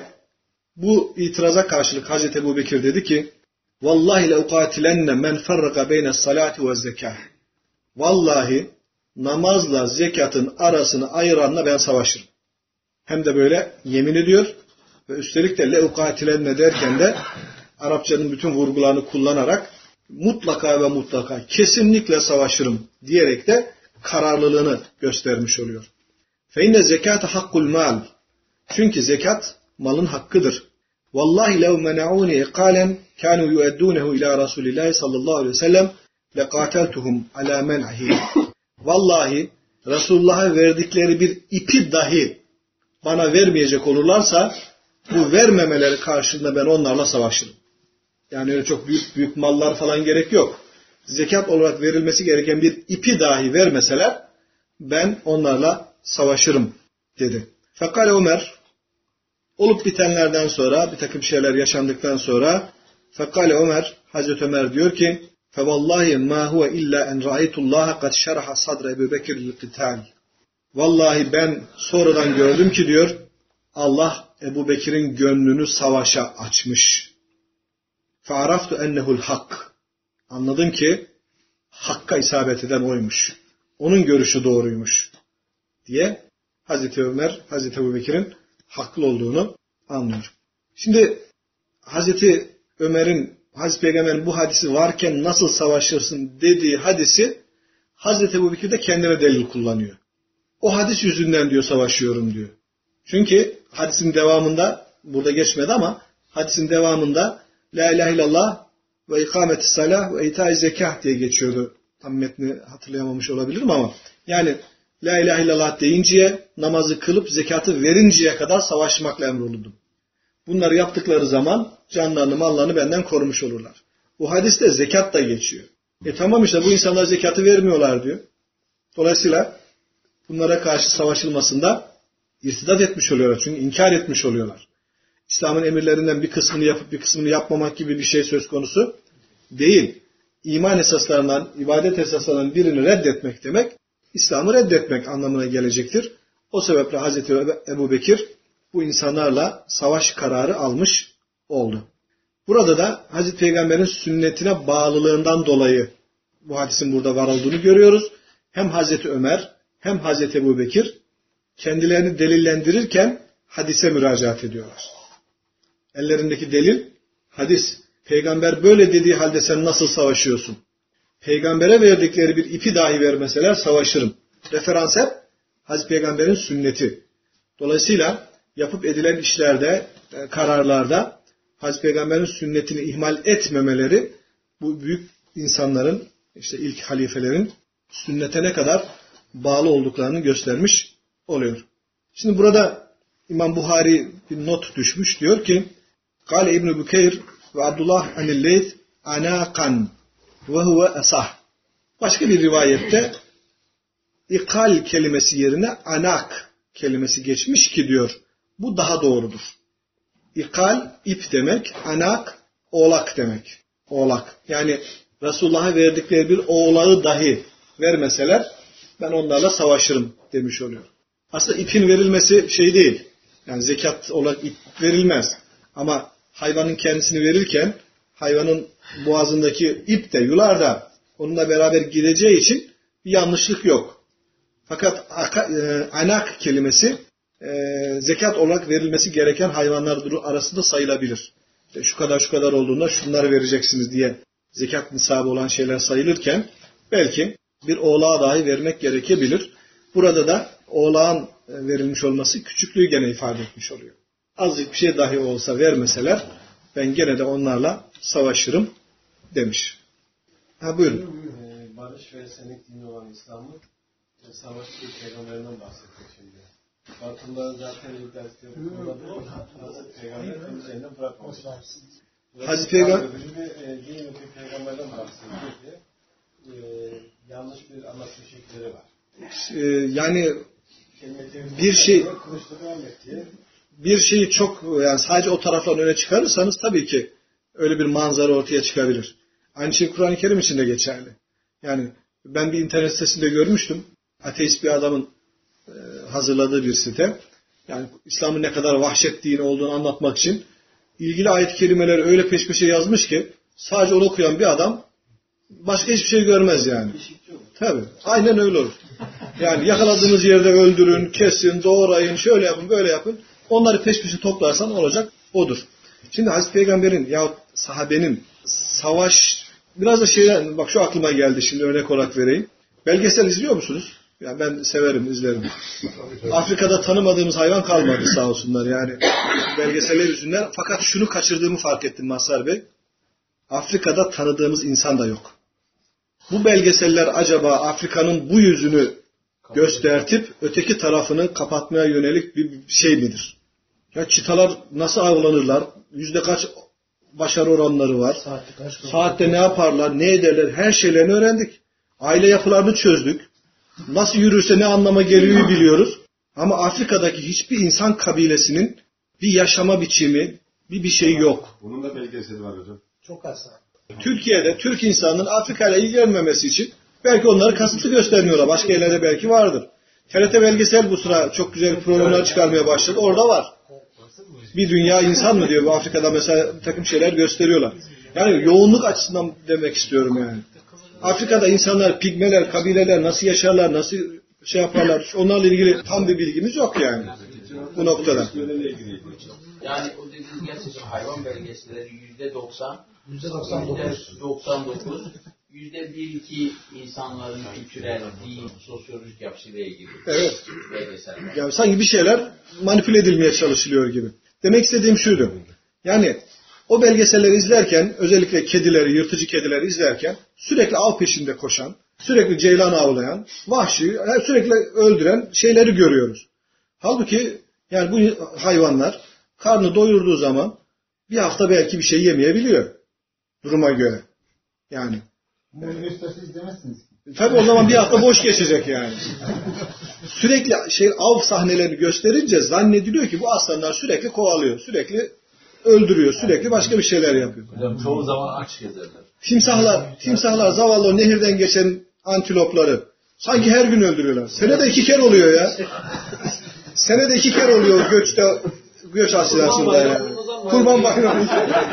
bu itiraza karşılık Hazreti Ebubekir dedi ki vallahi le ukatilenne men farraka beyne salati ve zekah. Vallahi namazla zekatın arasını ayıranla ben savaşırım. Hem de böyle yemin ediyor ve üstelik de le ukatilenne derken de Arapçanın bütün vurgularını kullanarak mutlaka ve mutlaka kesinlikle savaşırım diyerek de kararlılığını göstermiş oluyor. Fe inne zekate hakkul mal. Çünkü zekat malın hakkıdır. Vallahi lev mena'uni iqalen kanu yu'addunehu ila Resulillah sallallahu aleyhi ve sellem leqateltuhum ala men'ihi. Vallahi Resulullah'a verdikleri bir ipi dahi bana vermeyecek olurlarsa bu vermemeleri karşılığında ben onlarla savaşırım. Yani öyle çok büyük mallar falan gerek yok. Zekat olarak verilmesi gereken bir ipi dahi vermeseler ben onlarla savaşırım dedi. Fakat Ömer olup bitenlerden sonra bir takım şeyler yaşandıktan sonra Fakat Ömer, Hazreti Ömer diyor ki فَوَاللّٰهِ مَا هُوَ اِلَّا اَنْ رَأَيْتُ اللّٰهَ قَدْ شَرَحَ صَدْرَ اَبُ بَكِرِ لِلْقِتَالِ. Vallahi ben sonradan gördüm ki diyor Allah Ebu Bekir'in gönlünü savaşa açmış. فَعَرَفْتُ اَنَّهُ الْحَقِّ. Anladım ki hakka isabet eden oymuş. Onun görüşü doğruymuş diye Hazreti Ömer, Hazreti Ebu Bekir'in haklı olduğunu anlıyor. Şimdi Hazreti Ömer'in, Hazreti Peygamber'in bu hadisi varken nasıl savaşırsın dediği hadisi Hazreti Ebu Bekir de kendine delil kullanıyor. O hadis yüzünden diyor savaşıyorum diyor. Çünkü hadisin devamında, burada geçmedi ama hadisin devamında La ilahe illallah ve ikametis salah ve ita'iz zekah diye geçiyordu. Tam metni hatırlayamamış olabilirim ama yani La ilahe illallah deyinceye, namazı kılıp zekatı verinceye kadar savaşmakla emrolundum. Bunları yaptıkları zaman canlarını, mallarını benden korumuş olurlar. Bu hadiste zekat da geçiyor. Tamam işte bu insanlar zekatı vermiyorlar diyor. Dolayısıyla bunlara karşı savaşılmasında irtidat etmiş oluyorlar. Çünkü inkar etmiş oluyorlar. İslam'ın emirlerinden bir kısmını yapıp bir kısmını yapmamak gibi bir şey söz konusu değil. İman esaslarından, ibadet esaslarından birini reddetmek demek, İslam'ı reddetmek anlamına gelecektir. O sebeple Hazreti Ebu Bekir bu insanlarla savaş kararı almış oldu. Burada da Hazreti Peygamber'in sünnetine bağlılığından dolayı bu hadisin burada var olduğunu görüyoruz. Hem Hazreti Ömer hem Hazreti Ebu Bekir kendilerini delillendirirken hadise müracaat ediyorlar. Ellerindeki delil hadis. Peygamber böyle dediği halde sen nasıl savaşıyorsun? Peygambere verdikleri bir ipi dahi vermeseler savaşırım. Referans hep Hazreti Peygamber'in sünneti. Dolayısıyla yapıp edilen işlerde, kararlarda Hazreti Peygamber'in sünnetini ihmal etmemeleri bu büyük insanların, işte ilk halifelerin sünnete ne kadar bağlı olduklarını göstermiş oluyor. Şimdi burada İmam Buhari bir not düşmüş. Diyor ki Kale İbn-i Bükeyr ve Abdullah anil-Leyth anakan ve huve asah. Başka bir rivayette ikal kelimesi yerine anak kelimesi geçmiş ki diyor bu daha doğrudur. İkal ip demek, anak oğlak demek. Oğlak. Yani Resulullah'a verdikleri bir oğlağı dahi vermeseler ben onlarla savaşırım demiş oluyor. Aslında ipin verilmesi şey değil. Yani zekat olarak ip verilmez. Ama hayvanın kendisini verirken hayvanın boğazındaki ip de yular da onunla beraber gideceği için bir yanlışlık yok. Fakat anak kelimesi zekat olarak verilmesi gereken hayvanlar arasında sayılabilir. İşte şu kadar olduğunda şunları vereceksiniz diye zekat nisabı olan şeyler sayılırken belki bir oğlağa dahi vermek gerekebilir. Burada da oğlağın verilmiş olması küçüklüğü gene ifade etmiş oluyor. Azıcık bir şey dahi olsa vermeseler ben gene de onlarla savaşırım demiş. Buyurun. Barış ve esenlik dini olan İslam'ın savaşçı peygamberinden bahsettik şimdi. Batılılar zaten iddia ediyor. Hazreti Peygamber'in üzerine bırakmamış. Hazreti Peygamber din ve peygamberden bahsediyor diye yanlış bir anlatım şekilleri var. Yani bir şeyi çok yani sadece o taraftan öne çıkarırsanız tabii ki öyle bir manzara ortaya çıkabilir. Aynı şey Kur'an-ı Kerim için de geçerli. Yani ben bir internet sitesinde görmüştüm. Ateist bir adamın hazırladığı bir site. Yani İslam'ın ne kadar vahşet dini olduğunu anlatmak için ilgili ayet-i kerimeleri öyle peş peşe yazmış ki sadece onu okuyan bir adam başka hiçbir şey görmez yani. Tabii. Aynen öyle olur. Yani yakaladığınız yerde öldürün, kesin, doğrayın, şöyle yapın, böyle yapın. Onları peş peşe toplarsan olacak odur. Şimdi Hazreti Peygamber'in yahut sahabenin savaş biraz da şeyler, bak şu aklıma geldi şimdi örnek olarak vereyim. Belgesel izliyor musunuz? Yani ben severim, izlerim. Afrika'da tanımadığımız hayvan kalmadı sağ olsunlar yani belgeseller yüzünden. Fakat şunu kaçırdığımı fark ettim Mazhar Bey. Afrika'da tanıdığımız insan da yok. Bu belgeseller acaba Afrika'nın bu yüzünü göstertip öteki tarafını kapatmaya yönelik bir şey midir? Ya çitalar nasıl avlanırlar? Yüzde kaç başarı oranları var? Saatte ne yaparlar? Ne ederler? Her şeylerini öğrendik. Aile yapılarını çözdük. Nasıl yürürse ne anlama geliyor biliyoruz. Ama Afrika'daki hiçbir insan kabilesinin bir yaşama biçimi, bir şeyi yok. Bunun da belgeseli var hocam. Çok az. Türkiye'de Türk insanının Afrika ile ilgilenmemesi için belki onları kasıtlı göstermiyorlar. Başka yerlerde belki vardır. TRT belgesel bu sıra çok güzel programlar çıkarmaya başladı. Orada var. Bir dünya insan mı diyor bu Afrika'da mesela bir takım şeyler gösteriyorlar. Yani yoğunluk açısından demek istiyorum yani. Afrika'da insanlar, pigmeler, kabileler nasıl yaşarlar, nasıl şey yaparlar onlarla ilgili tam bir bilgimiz yok yani bu noktada. Yani o dediğiniz gerçekten hayvan belgeselleri %90, %99, %1-2 insanların kültürel, din, sosyolojik yapısıyla ilgili belgeseller. Yani sanki bir şeyler manipüle edilmeye çalışılıyor gibi. Demek istediğim şuydu. Yani o belgeselleri izlerken, özellikle kedileri, yırtıcı kedileri izlerken sürekli av peşinde koşan, sürekli ceylan avlayan, vahşi, sürekli öldüren şeyleri görüyoruz. Halbuki yani bu hayvanlar karnı doyurduğu zaman bir hafta belki bir şey yemeyebiliyor. Duruma göre. Yani. Bunu gösterse izlemezsiniz. Tabii o zaman bir hafta boş geçecek yani. Sürekli av sahnelerini gösterince zannediliyor ki bu aslanlar sürekli kovalıyor, sürekli öldürüyor, sürekli başka bir şeyler yapıyor. Hocam çoğu zaman aç gezerler. Timsahlar zavallı o nehirden geçen antilopları sanki her gün öldürüyorlar. Senede 2 kere oluyor ya. Senede 2 kere oluyor göç asırasında yani. Kurban Bayramı.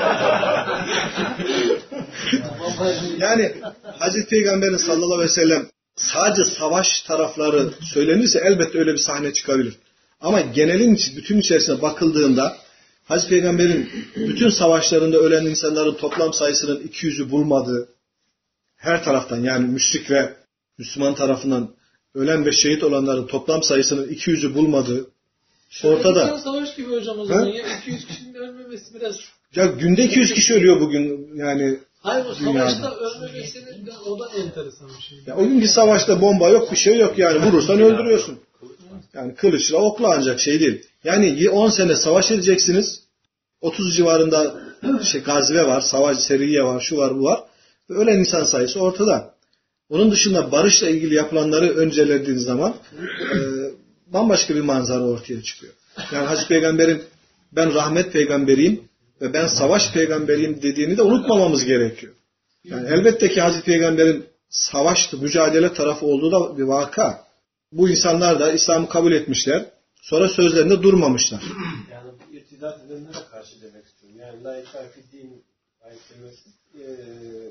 Yani Hazreti Peygamber'in sallallahu aleyhi ve sellem sadece savaş tarafları söylenirse elbette öyle bir sahne çıkabilir. Ama genelin bütün içerisine bakıldığında Hazreti Peygamber'in bütün savaşlarında ölen insanların toplam sayısının 200'ü bulmadığı, her taraftan yani müşrik ve Müslüman tarafından ölen ve şehit olanların toplam sayısının 200'ü bulmadığı ortada. Savaş gibi hocam o zaman ya 200 kişinin ölmemesi biraz. Ya günde 200 kişi ölüyor bugün yani. Hayır o savaşta ölmemesinin de o da enteresan bir şey. Ya o günkü savaşta bomba yok, bir şey yok yani vurursan öldürüyorsun. Yani kılıçla okla ancak şey değil. Yani 10 sene savaş edeceksiniz. 30 civarında gazive var, savaş seriye var, şu var, bu var. Ölen insan sayısı ortada. Onun dışında barışla ilgili yapılanları öncelediğiniz zaman bambaşka bir manzara ortaya çıkıyor. Yani Hazreti Peygamber'in ben rahmet peygamberiyim ve ben savaş peygamberiyim dediğini de unutmamamız gerekiyor. Yani elbette ki Hazreti Peygamber'in savaş, mücadele tarafı olduğu da bir vaka. Bu insanlar da İslam'ı kabul etmişler. Sonra sözlerinde durmamışlar. Yani bu irtidat edenlere karşı demek istiyorum. Yani la ikrahe din ayet kelimesi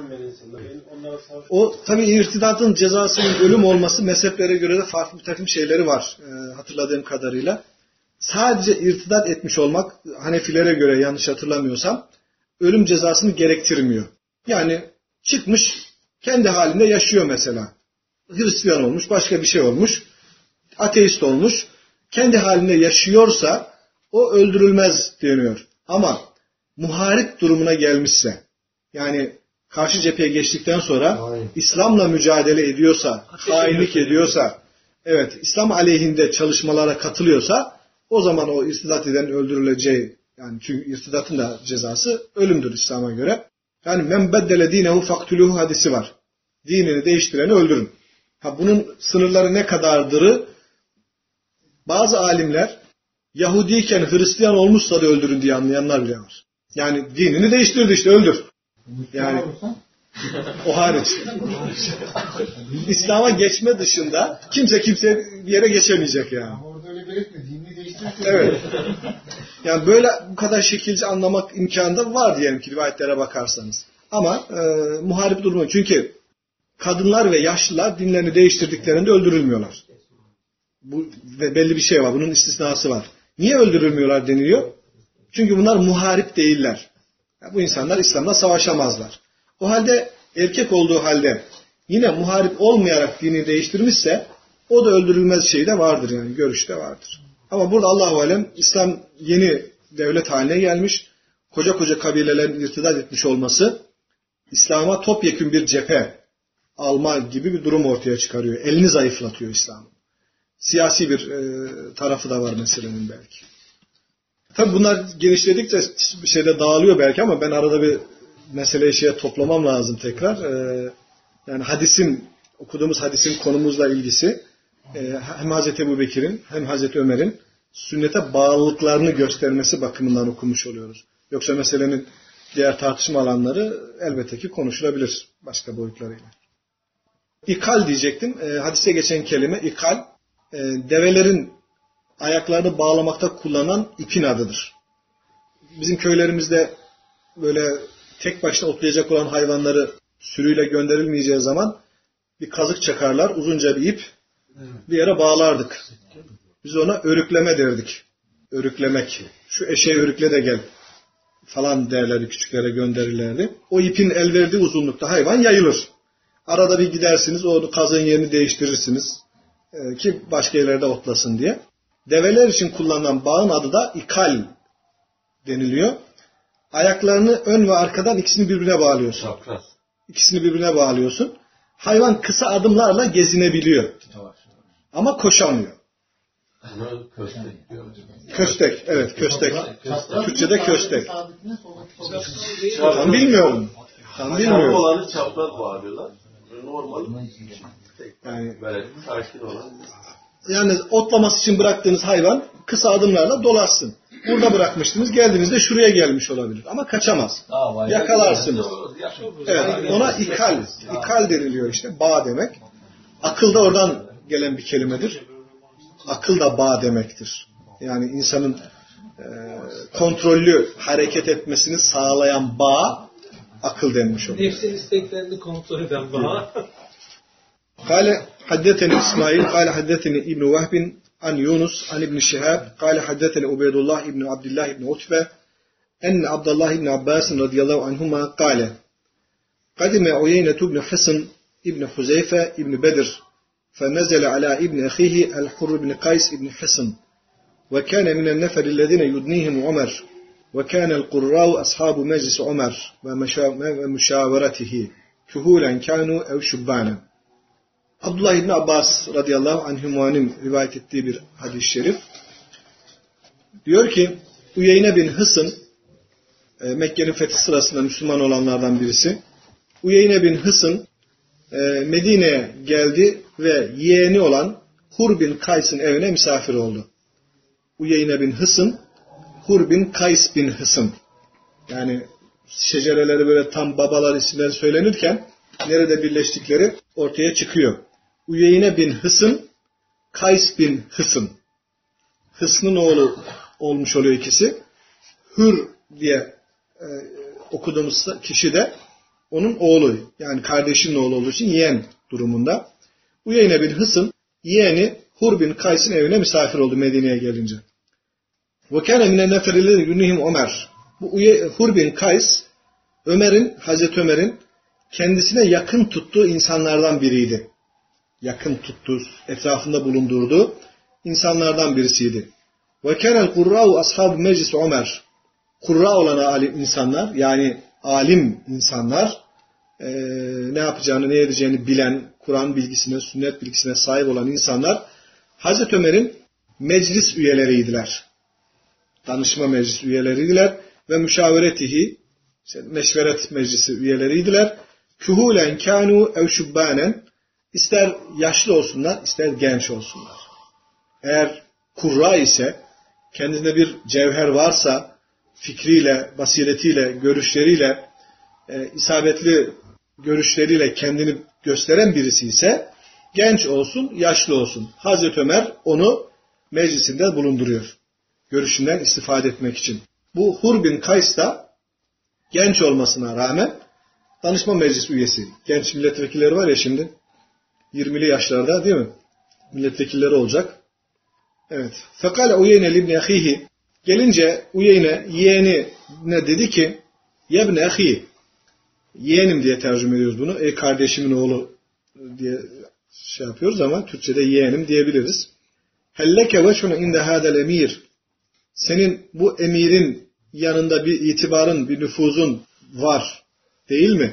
O tabii irtidatın cezasının ölüm olması mezheplere göre de farklı bir takım şeyleri var hatırladığım kadarıyla. Sadece irtidat etmiş olmak Hanefilere göre yanlış hatırlamıyorsam ölüm cezasını gerektirmiyor. Yani çıkmış kendi halinde yaşıyor mesela. Hristiyan olmuş, başka bir şey olmuş, ateist olmuş. Kendi halinde yaşıyorsa o öldürülmez deniyor. Ama muharip durumuna gelmişse, yani karşı cepheye geçtikten sonra İslam'la mücadele ediyorsa, hainlik ediyorsa, evet İslam aleyhinde çalışmalara katılıyorsa o zaman o irtidat eden öldürüleceği, yani çünkü irtidatın da cezası ölümdür İslam'a göre. Yani men beddele dinehu faktuluhu hadisi var. Dinini değiştireni öldürün. Bunun sınırları ne kadardırı bazı alimler Yahudiyken Hristiyan olmuşsa da öldürün diye anlayanlar bile var. Yani dinini değiştirdi işte öldür. Yani o hariç. İslam'a geçme dışında kimse bir yere geçemeyecek yani. Ama orada öyle belirtme. Dinini değiştirdi. Evet. Yani böyle bu kadar şekilci anlamak imkanı da var diyelim ki rivayetlere bakarsanız. Ama muharip durumu. Çünkü kadınlar ve yaşlılar dinlerini değiştirdiklerinde öldürülmüyorlar. Bu belli bir şey var. Bunun istisnası var. Niye öldürülmüyorlar deniliyor? Çünkü bunlar muharip değiller. Yani bu insanlar İslam'la savaşamazlar. O halde erkek olduğu halde yine muharip olmayarak dini değiştirmişse o da öldürülmez şey de vardır yani. Görüş de vardır. Ama burada Allahu alem İslam yeni devlet haline gelmiş. Koca koca kabilelerin irtidat etmiş olması İslam'a topyekün bir cephe alma gibi bir durum ortaya çıkarıyor. Elini zayıflatıyor İslam'ın. Siyasi bir tarafı da var meselenin belki. Tabi bunlar genişledikçe bir şeyde dağılıyor belki ama ben arada bir meseleyi toplamam lazım tekrar. Yani okuduğumuz hadisin konumuzla ilgisi hem Hazreti Ebubekir'in hem Hazreti Ömer'in sünnete bağlılıklarını göstermesi bakımından okumuş oluyoruz. Yoksa meselenin diğer tartışma alanları elbette ki konuşulabilir başka boyutlarıyla. İkal diyecektim. Hadise geçen kelime ikal, develerin ayaklarını bağlamakta kullanılan ipin adıdır. Bizim köylerimizde böyle tek başına otlayacak olan hayvanları sürüyle gönderilmeyeceği zaman bir kazık çakarlar, uzunca bir ip bir yere bağlardık. Biz ona örükleme derdik. Örüklemek. Şu eşeği örükle de gel falan derlerdi, küçüklere gönderirlerdi. O ipin el verdiği uzunlukta hayvan yayılır. Arada bir gidersiniz, o kazığın yerini değiştirirsiniz ki başka yerlerde otlasın diye. Develer için kullanılan bağın adı da ikal deniliyor. Ayaklarını ön ve arkadan ikisini birbirine bağlıyorsun. İkisini birbirine bağlıyorsun. Hayvan kısa adımlarla gezinebiliyor. Ama koşamıyor. Köstek, evet köstek. Türkçe'de köstek. Tam bilmiyorum. Olanı çapraz bağlıyorlar. Normal. Yani böyle sakin olan. Yani otlaması için bıraktığınız hayvan kısa adımlarla dolaşsın. Burada bırakmıştınız, geldiğinizde şuraya gelmiş olabilir. Ama kaçamaz. Yakalarsınız. Evet, ona ikal deniliyor işte. Bağ demek. Akıl da oradan gelen bir kelimedir. Akıl da bağ demektir. Yani insanın kontrollü hareket etmesini sağlayan bağ akıl denmiş oluyor. Nefsin isteklerini kontrol eden bağ. قال حدثني إسماعيل قال حدثني ابن وهب عن يونس عن ابن شهاب قال حدثني عبيد الله بن عبد الله بن عتبة أن عبد الله بن عباس رضي الله عنهما قال قدم عيينة بن حصن ابن حذيفة ابن بدر فنزل على ابن أخيه الحر بن قيس بن حصن وكان من النفر الذين يدنيهم عمر وكان القراء أصحاب مجلس عمر ومشاورته كهولا كانوا أو شبانا. Abdullah İbni Abbas radıyallahu anhümanın rivayet ettiği bir hadis-i şerif. Diyor ki Uyeyne bin Hısın, Mekke'nin fethi sırasında Müslüman olanlardan birisi. Uyeyne bin Hısın Medine'ye geldi ve yeğeni olan Hur bin Kays'ın evine misafir oldu. Uyeyne bin Hısın, Hur bin Kays bin Hısın. Yani şecereleri böyle tam babalar isimleri söylenirken nerede birleştikleri ortaya çıkıyor. Uyeyne bin Hısın, Kays bin Hısın. Hısn'ın oğlu olmuş oluyor ikisi. Hür diye okuduğumuz kişi de onun oğlu, yani kardeşinin oğlu olduğu için yeğen durumunda. Uyeyne bin Hısn yeğeni Hur bin Kays'ın evine misafir oldu Medine'ye gelince. Ve kâne mine neferillezî yunihim Ömer. Bu Hur bin Kays Hazreti Ömer'in kendisine yakın tuttuğu insanlardan biriydi. Yakın tuttuğu, etrafında bulundurduğu insanlardan birisiydi. Ve kânel kurrâ'u ashâb-ı meclis Ömer. Kurra olan alim insanlar, yani alim insanlar, ne yapacağını, ne edeceğini bilen, Kur'an bilgisine, sünnet bilgisine sahip olan insanlar, Hazreti Ömer'in meclis üyeleriydiler. Danışma meclis üyeleriydiler ve müşaveretihi, meşveret meclisi üyeleriydiler. Kühulen kânû ev şubbânen, ister yaşlı olsunlar, ister genç olsunlar. Eğer kurra ise, kendisinde bir cevher varsa, fikriyle, basiretiyle, görüşleriyle, isabetli görüşleriyle kendini gösteren birisi ise, genç olsun, yaşlı olsun. Hazreti Ömer onu meclisinde bulunduruyor. Görüşünden istifade etmek için. Bu Hur bin Kays da genç olmasına rağmen danışma meclis üyesi. Genç milletvekilleri var ya şimdi. 20'li yaşlarda değil mi? Milletvekilleri olacak. Evet. Fekale Uyeyne libni ahihi. Gelince Uyeyne yeğenine dedi ki yebne ahi. Yeğenim diye tercüme ediyoruz bunu. Ey kardeşimin oğlu diye şey yapıyoruz ama Türkçe'de yeğenim diyebiliriz. Helleke veçhun inde hadel emir. Senin bu emirin yanında bir itibarın, bir nüfuzun var değil mi?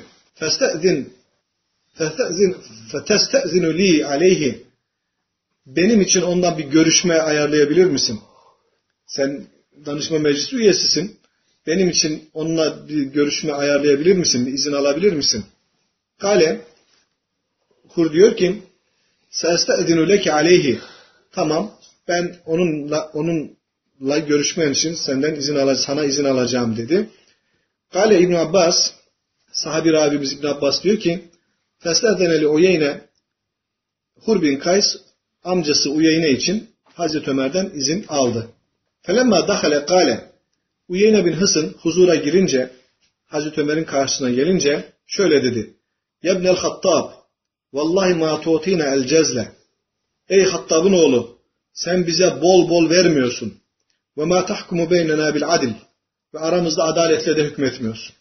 Fetestezinu li aleyhi. Benim için ondan bir görüşme ayarlayabilir misin? Sen danışma meclisi üyesisin. Benim için onunla bir görüşme ayarlayabilir misin? Bir izin alabilir misin? Kale Hur diyor ki Seestezinu leki aleyhi. Tamam, ben onunla görüşmen için sana izin alacağım dedi. Kale İbn Abbas, sahabi ravimiz İbn Abbas diyor ki Festezdeneli Uyeyne, Hur bin Kays amcası Uyeyne için Hazreti Ömer'den izin aldı. Felemma dahale kale, Uyeyne bin Hısn huzura girince, Hazreti Ömer'in karşısına gelince şöyle dedi. Yebnel Hattab, vallahi ma tu'tina el cezle. Ey Hattab'ın oğlu, sen bize bol bol vermiyorsun. Ve ma tahkumu beynena bil adil. Ve aramızda adaletle de hükmetmiyorsun.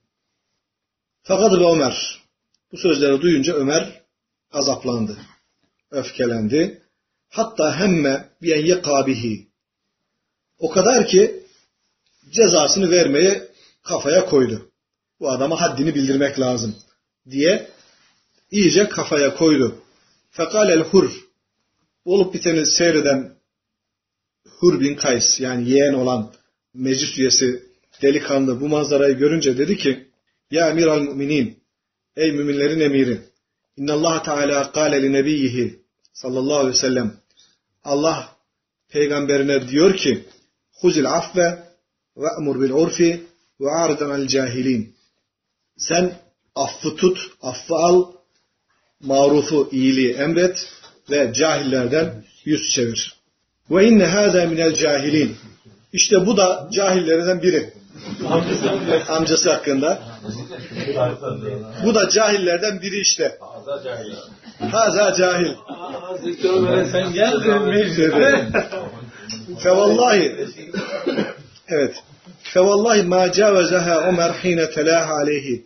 Fakat Ömer, bu sözleri duyunca Ömer azaplandı. Öfkelendi. Hatta hemme bi'en yekabihi. O kadar ki cezasını vermeye kafaya koydu. Bu adama haddini bildirmek lazım diye iyice kafaya koydu. Fekalel Hur, olup biteni seyreden Hur bin Kays, yani yeğen olan meclis üyesi delikanlı bu manzarayı görünce dedi ki Ya emiral müminin, ey müminlerin emiri, İnnallâhe Teâlâ kâle li nebiyyihi sallallahu aleyhi ve sellem, Allah peygamberine diyor ki Huzil afve ve emur bil urfi ve a'ridan al cahilin. Sen affı tut, affı al, marufu, iyiliği emret ve cahillerden yüz çevir. Ve inne hâzâ minel cahilin. İşte bu da cahillerden biri. Amcası hakkında. Bu da cahillerden biri işte. Hâzâ cahil. Sen geldin meclise. Fevallahi. Evet. Fevallahi ma cavezaha Ömer hine telaha aleyhi.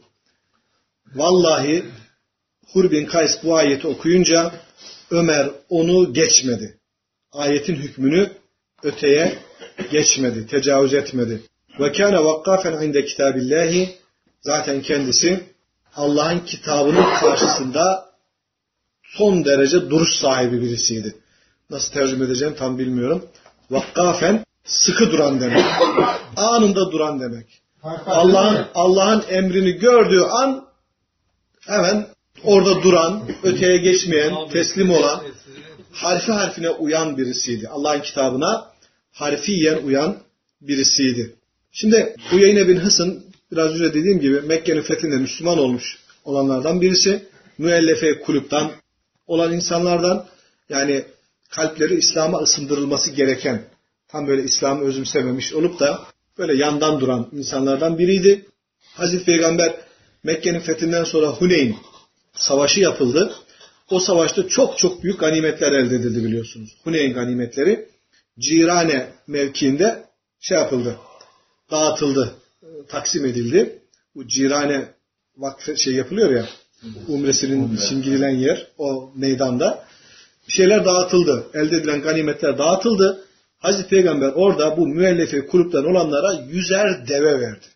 Vallahi Hur bin Kays bu ayeti okuyunca Ömer onu geçmedi. Ayetin hükmünü öteye geçmedi, tecavüz etmedi. Ve kâne vakkafen inde kitâbillâhi, zaten kendisi Allah'ın kitabının karşısında son derece duruş sahibi birisiydi. Nasıl tercüme edeceğim tam bilmiyorum. Vakkafen sıkı duran demek. Anında duran demek. Allah'ın emrini gördüğü an hemen orada duran, öteye geçmeyen, teslim olan, harfi harfine uyan birisiydi. Allah'ın kitabına harfiyen uyan birisiydi. Şimdi Uyeyne bin Hısn, biraz önce dediğim gibi Mekke'nin fethinde Müslüman olmuş olanlardan birisi. Müellefe kulüpten olan insanlardan, yani kalpleri İslam'a ısındırılması gereken, tam böyle İslam'ı özümsememiş olup da böyle yandan duran insanlardan biriydi. Hazreti Peygamber Mekke'nin fethinden sonra Huneyn savaşı yapıldı. O savaşta çok çok büyük ganimetler elde edildi biliyorsunuz. Huneyn ganimetleri Cirane mevkiinde yapıldı. Dağıtıldı. Taksim edildi. Bu Cirane vakfı yapılıyor ya. Umresinin için gidilen yer. O meydanda. Bir şeyler dağıtıldı. Elde edilen ganimetler dağıtıldı. Hazreti Peygamber orada bu müellefe kulüpten olanlara 100'er deve verdi.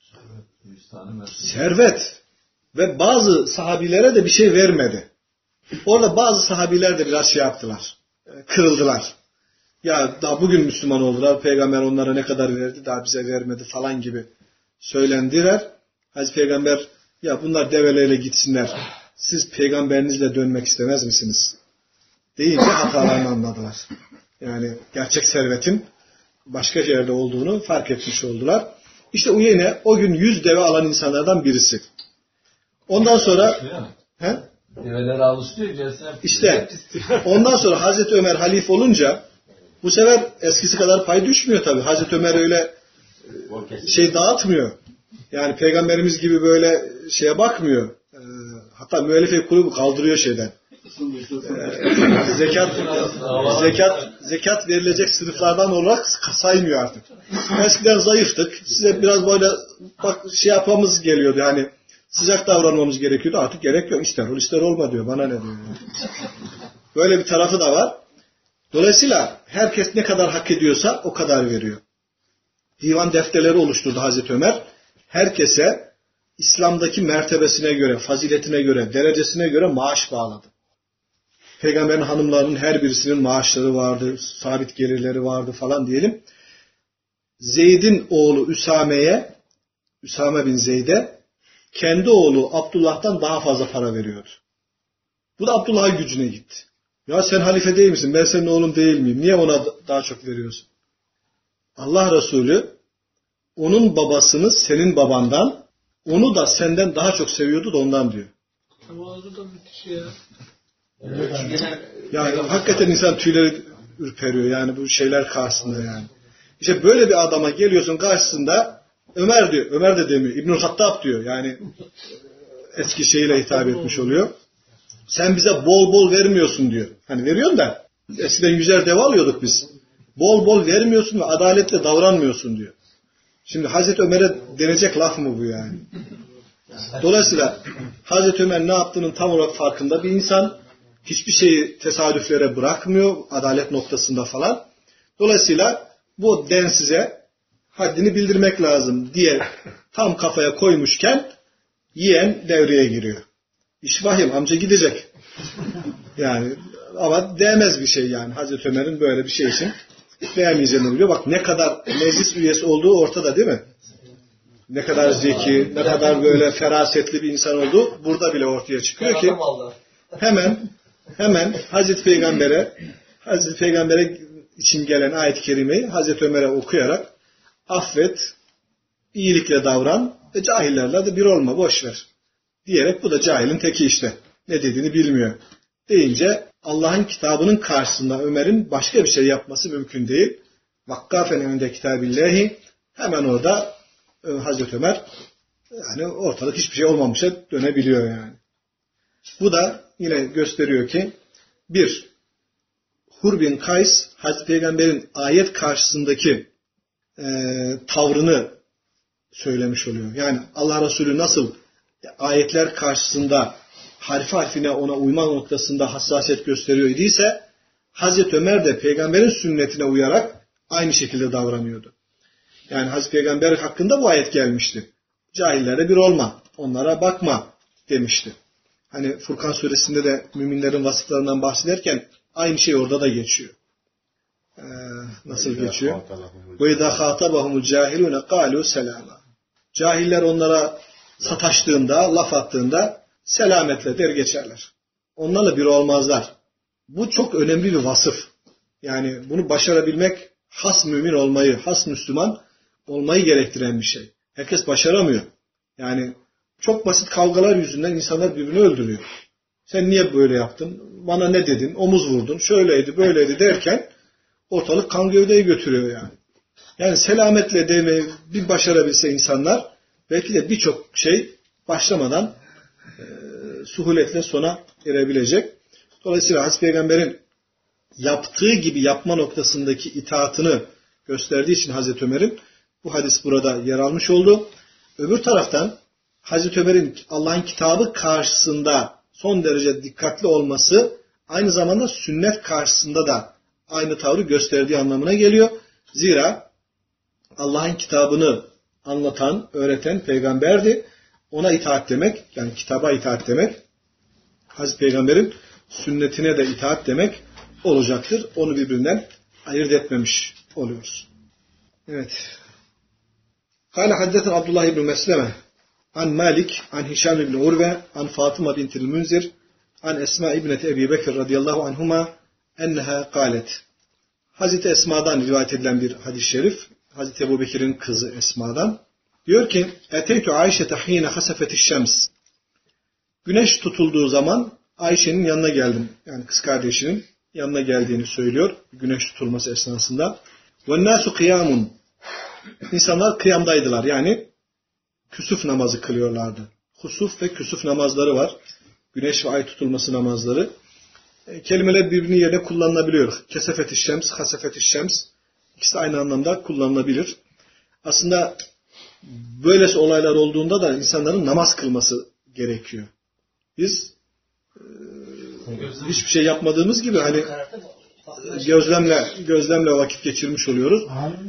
Servet. Ve bazı sahabilere de bir şey vermedi. Orada bazı sahabiler de biraz yaptılar. Kırıldılar. Ya daha bugün Müslüman oldular. Peygamber onlara ne kadar verdi daha bize vermedi falan gibi söylendiler. Hazreti Peygamber ya bunlar develerle gitsinler. Siz peygamberinizle dönmek istemez misiniz? Deyince hatalarını anladılar. Yani gerçek servetin başka yerde olduğunu fark etmiş oldular. İşte Uyeyne o gün 100 deve alan insanlardan birisi. Ondan sonra Develeri alıştırıyor. İşte ondan sonra Hazreti Ömer halife olunca bu sefer eskisi kadar pay düşmüyor tabii. Hazreti Ömer öyle dağıtmıyor. Yani peygamberimiz gibi böyle bakmıyor. Hatta müellefe kulübü kaldırıyor şeyden. Zekat verilecek sınıflardan olarak saymıyor artık. Eskiden zayıftık. Size biraz böyle yapmamız geliyordu. Yani sıcak davranmamız gerekiyordu. Artık gerek yok. İster ol ister olma diyor. Bana ne diyor. Yani. Böyle bir tarafı da var. Dolayısıyla herkes ne kadar hak ediyorsa o kadar veriyor. Divan defterleri oluşturdu Hazreti Ömer. Herkese İslam'daki mertebesine göre, faziletine göre, derecesine göre maaş bağladı. Peygamberin hanımlarının her birisinin maaşları vardı, sabit gelirleri vardı falan diyelim. Zeyd'in oğlu Üsame bin Zeyd'e kendi oğlu Abdullah'tan daha fazla para veriyordu. Bu da Abdullah'ın gücüne gitti. Ya sen halife değil misin? Ben senin oğlun değil miyim? Niye ona daha çok veriyorsun? Allah Resulü onun babasını senin babandan, onu da senden daha çok seviyordu da ondan diyor. Vaazı da müthiş ya. Yani hakikaten insan tüyleri ürperiyor yani bu şeyler karşısında yani. İşte böyle bir adama geliyorsun karşısında Ömer diyor. Ömer de demiyor. İbnül Hattab diyor. Yani eski şeyle hitap etmiş oluyor. Sen bize bol bol vermiyorsun diyor. Hani veriyorsun da eskiden 100'er deve alıyorduk biz. Bol bol vermiyorsun ve adaletle davranmıyorsun diyor. Şimdi Hazreti Ömer'e denecek laf mı bu yani? Dolayısıyla Hazreti Ömer ne yaptığının tam olarak farkında bir insan. Hiçbir şeyi tesadüflere bırakmıyor. Adalet noktasında falan. Dolayısıyla bu densize haddini bildirmek lazım diye tam kafaya koymuşken yeğen devreye giriyor. İş vahim, amca gidecek. Yani ama değmez bir şey yani. Hazreti Ömer'in böyle bir şey için değmeyeceğini biliyor. Bak ne kadar meclis üyesi olduğu ortada değil mi? Ne kadar zeki, ne kadar böyle ferasetli bir insan olduğu burada bile ortaya çıkıyor ki hemen Hazreti Peygamber'e için gelen ayet-i kerimeyi Hazreti Ömer'e okuyarak affet, iyilikle davran ve cahillerle de bir olma, boş ver. Diyerek bu da cahilin teki işte. Ne dediğini bilmiyor. Deyince Allah'ın kitabının karşısında Ömer'in başka bir şey yapması mümkün değil. Vakkafen önünde kitabillahi hemen orada Hazreti Ömer yani ortalık hiçbir şey olmamışa dönebiliyor yani. Bu da yine gösteriyor ki Hur bin Kays Hazreti Peygamber'in ayet karşısındaki tavrını söylemiş oluyor. Yani Allah Resulü nasıl ayetler karşısında harfi harfine ona uyma noktasında hassasiyet gösteriyor idiyse Hazreti Ömer de Peygamber'in sünnetine uyarak aynı şekilde davranıyordu. Yani Hazreti Peygamber hakkında bu ayet gelmişti. Cahillere bir olma, onlara bakma demişti. Hani Furkan suresinde de müminlerin vasıflarından bahsederken aynı şey orada da geçiyor. Nasıl geçiyor? وَاِذَا خَاطَبَهُمُ الْجَاهِلُونَ قَالُوا سَلَامًا Cahiller onlara sataştığında, laf attığında selametle der geçerler. Onlarla bir olmazlar. Bu çok önemli bir vasıf. Yani bunu başarabilmek has mümin olmayı, has Müslüman olmayı gerektiren bir şey. Herkes başaramıyor. Yani çok basit kavgalar yüzünden insanlar birbirini öldürüyor. Sen niye böyle yaptın? Bana ne dedin? Omuz vurdun. Şöyleydi, böyleydi derken ortalık kan gövdeye götürüyor yani. Yani selametle demeyi bir başarabilse insanlar belki de birçok şey başlamadan suhuletle sona erebilecek. Dolayısıyla Hazreti Peygamber'in yaptığı gibi yapma noktasındaki itaatını gösterdiği için Hazreti Ömer'in bu hadis burada yer almış oldu. Öbür taraftan Hazreti Ömer'in Allah'ın kitabı karşısında son derece dikkatli olması aynı zamanda sünnet karşısında da aynı tavrı gösterdiği anlamına geliyor. Zira Allah'ın kitabını anlatan, öğreten peygamberdi. Ona itaat demek, yani kitaba itaat demek, Hazreti Peygamber'in sünnetine de itaat demek olacaktır. Onu birbirinden ayırt etmemiş oluyoruz. Evet. Kâle haddeten Abdullah ibn Mesleme an Malik, an Hişam ibn Urve, an Fatıma bintil Münzir, an Esma ibneti Ebi Bekir radıyallahu anhuma enneha kâlet. Hazreti Esma'dan rivayet edilen bir hadis-i şerif, Hazreti Ebu Bekir'in kızı Esma'dan. Diyor ki, Eteytü Ayşete hîne hasefetiş şems. Güneş tutulduğu zaman Ayşe'nin yanına geldim. Yani kız kardeşinin yanına geldiğini söylüyor. Güneş tutulması esnasında. وَالنَّاسُ قِيَامٌ. İnsanlar kıyamdaydılar. Yani küsuf namazı kılıyorlardı. Husuf ve küsuf namazları var. Güneş ve ay tutulması namazları. Kelimeler birbirinin yerine kullanılabiliyor. Kesefetiş şems, hasefetiş şems. İkisi aynı anlamda kullanılabilir. Aslında böylesi olaylar olduğunda da insanların namaz kılması gerekiyor. Biz hiçbir şey yapmadığımız gibi hani gözlemle vakit geçirmiş oluyoruz.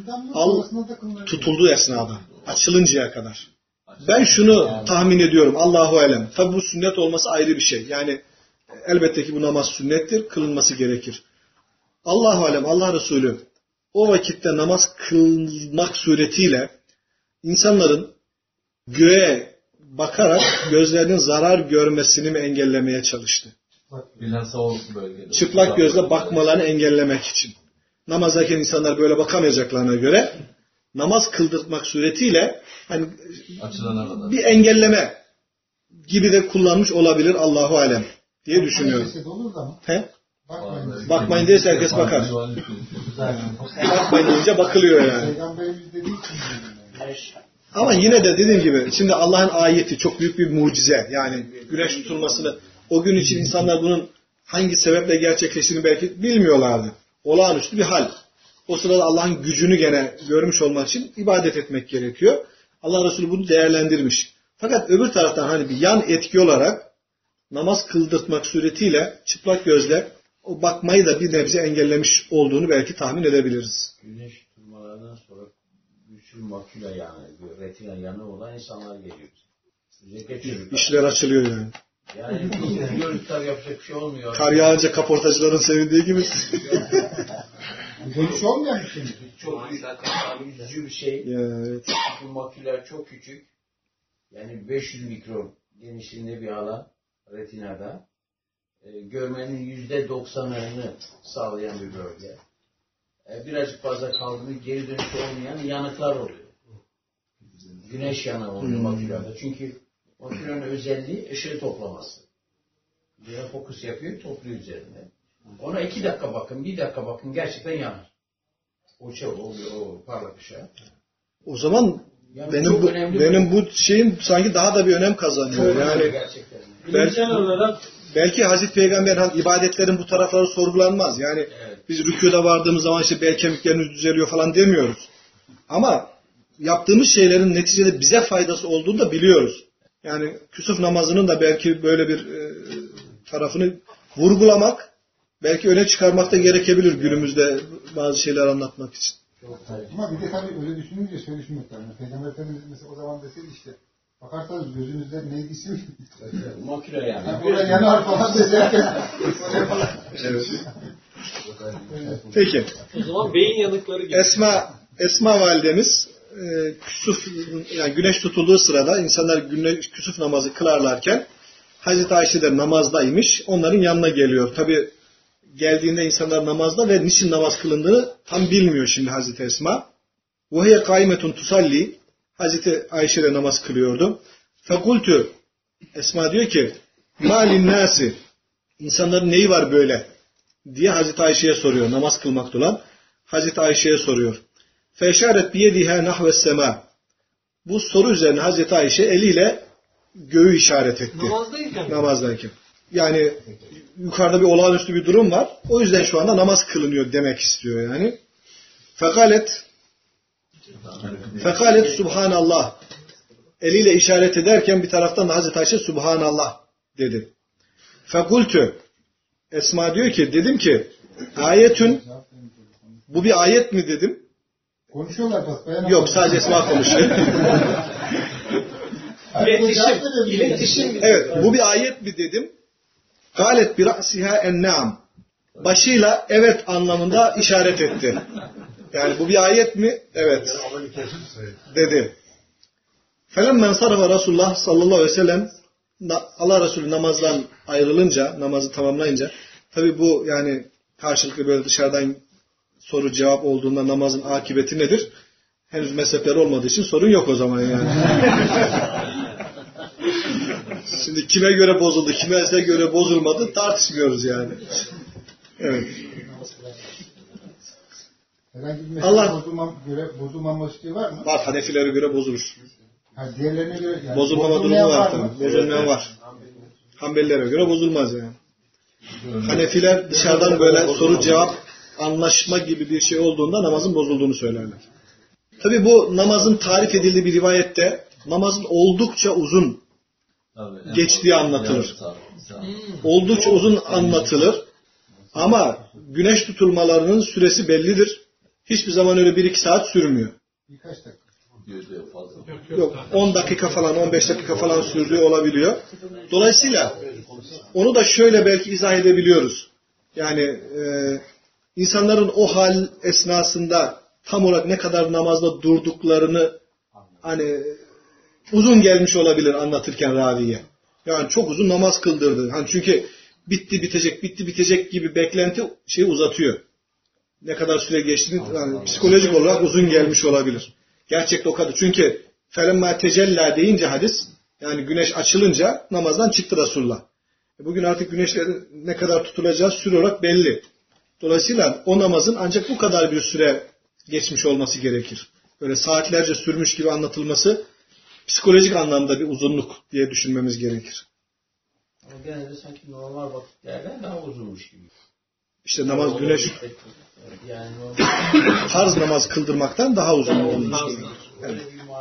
Tutulduğu esnada, açılıncaya kadar. Ben şunu tahmin ediyorum, Allahu alem. Tabi bu sünnet olması ayrı bir şey. Yani elbette ki bu namaz sünnettir, kılınması gerekir. Allahu alem, Allah Resulü o vakitte namaz kılmak suretiyle insanların göğe bakarak gözlerinin zarar görmesini mi engellemeye çalıştı? Bilhassa o bölgede. Çıplak gözle bakmalarını engellemek için. Namazdayken insanlar böyle bakamayacaklarına göre namaz kıldırtmak suretiyle hani bir engelleme gibi de kullanmış olabilir Allahu alem diye düşünüyorum. He? Bakmayın diye herkes bakar. Bakmayın deyince bakılıyor yani. Ama yine de dediğim gibi şimdi Allah'ın ayeti çok büyük bir mucize. Yani güneş tutulmasını o gün için insanlar bunun hangi sebeple gerçekleştiğini belki bilmiyorlardı. Olağanüstü bir hal. O sırada Allah'ın gücünü gene görmüş olmak için ibadet etmek gerekiyor. Allah Resulü bunu değerlendirmiş. Fakat öbür taraftan hani bir yan etki olarak namaz kıldırtmak suretiyle çıplak gözle o bakmayı da bir nebze engellemiş olduğunu belki tahmin edebiliriz. Güneş tutulmalarından sonra güçlü makula yanı, retina yanı olan insanlar geliyor. İşler açılıyor yani. Yani diyoruz tabii yapacak bir şey olmuyor. Kar yağınca kaportacıların sevindiği gibi. Dönüş olmayan bir şey mi? Çok üzücü bir şey. Evet. Bu maküler çok küçük. Yani 500 mikron genişliğinde bir alan retinada. Görmenin %90'ını sağlayan bir bölge. Birazcık fazla kaldığında geri dönüş olmayan yanıklar oluyor. Güneş yanığı oluyor makülerde. Çünkü makülenin özelliği ışığı toplaması. Bir fokus yapıyor, topluyor üzerine. Ona 2 dakika bakın, 1 dakika bakın gerçekten yanar. O oluyor, o parlak ışığa. O zaman yani benim bu şeyim sanki daha da bir önem kazanıyor. Yani belki Hazreti Peygamber ibadetlerin bu tarafları sorgulanmaz. Yani evet. Biz rükûda vardığımız zaman işte bel kemiklerimiz düzeliyor falan demiyoruz. Ama yaptığımız şeylerin neticede bize faydası olduğunu da biliyoruz. Yani küsuf namazının da belki böyle bir tarafını vurgulamak, belki öne çıkarmak da gerekebilir günümüzde bazı şeyler anlatmak için. Ama bir de tabii öyle düşününce şöyle düşünmek lazım. Peygamber Efendimiz mesela o zaman deseydi işte bakarsanız gözünüzde neydi ismi? Makine yani. Oraya yanar falan deseydi. Evet. Peki. O zaman beyin yanıkları gibi. Esma validemiz küsuf yani güneş tutulduğu sırada insanlar küsuf namazı kılarlarken Hazreti Ayşe de namazdaymış. Onların yanına geliyor. Tabi geldiğinde insanlar namazda ve niçin namaz kılındığını tam bilmiyor şimdi Hazreti Esma. وَهِيَ قَائِمَةٌ تُصَلِّي Hazreti Ayşe de namaz kılıyordu. فَقُلْتُ Esma diyor ki مَا لِلنَّاسِ İnsanların neyi var böyle? Diye Hazreti Ayşe'ye soruyor. Namaz kılmakta olan Hazreti Ayşe'ye soruyor. فَاَشَارَتْ بِيَدِهَا نَحْوَ السَّمَا Bu soru üzerine Hazreti Ayşe eliyle göğü işaret etti. Namazdayken. Yani yukarıda bir olağanüstü bir durum var. O yüzden şu anda namaz kılınıyor demek istiyor yani. Fekalet Subhanallah. Eliyle işaret ederken bir taraftan da Hazreti Ayşe Subhanallah dedi. Fekultü. Esma diyor ki, dedim ki ayetün, bu bir ayet mi dedim. Konuşuyorlar bak. Yok, sadece Esma konuşuyor. İletişim. Evet, bu bir ayet mi dedim. Galet bir ra'siha en-nam. Başıyla evet anlamında işaret etti. Yani bu bir ayet mi? Evet. Dedi. Felemmen sarfa Resulullah sallallahu aleyhi ve sellem, Allah Resulü namazdan ayrılınca, namazı tamamlayınca, tabi bu yani karşılıklı böyle dışarıdan soru cevap olduğunda namazın akıbeti nedir? Henüz mezhepleri olmadığı için sorun yok o zaman yani. Şimdi kime göre bozuldu, kime göre bozulmadı tartışmıyoruz yani. Evet. Herhangi bir mesela bozulmaması var mı? Var, Hanefilere göre bozulur. Diğerlerine göre yani bozulmama durumu var tabii. Bozulmayan var. Hanbelilere göre bozulmaz yani. Hanefiler dışarıdan böyle soru cevap anlaşma gibi bir şey olduğunda namazın bozulduğunu söylerler. Tabii bu namazın tarif edildiği bir rivayette namazın oldukça uzun geçtiği anlatılır. Oldukça uzun anlatılır. Ama güneş tutulmalarının süresi bellidir. Hiçbir zaman öyle 1-2 saat sürmüyor. Birkaç dakika. Yok, 10 dakika falan, 15 dakika falan sürdüğü olabiliyor. Dolayısıyla onu da şöyle belki izah edebiliyoruz. Yani insanların o hal esnasında tam olarak ne kadar namazda durduklarını hani uzun gelmiş olabilir anlatırken raviye. Yani çok uzun namaz kıldırdı. Hani çünkü bitti bitecek gibi beklenti şeyi uzatıyor. Ne kadar süre geçtiğini yani psikolojik olarak uzun gelmiş olabilir. Gerçekte o kadar. Çünkü felemma tecella deyince hadis, yani güneş açılınca namazdan çıktı Resulullah. Bugün artık güneşlerin ne kadar tutulacağı süre olarak belli. Dolayısıyla o namazın ancak bu kadar bir süre geçmiş olması gerekir. Böyle saatlerce sürmüş gibi anlatılması psikolojik anlamda bir uzunluk diye düşünmemiz gerekir. Ama genelde sanki normal vakitlerden daha uzunmuş gibi. İşte namaz güneş yani normal farz namaz kıldırmaktan daha uzun olmuş. Evet.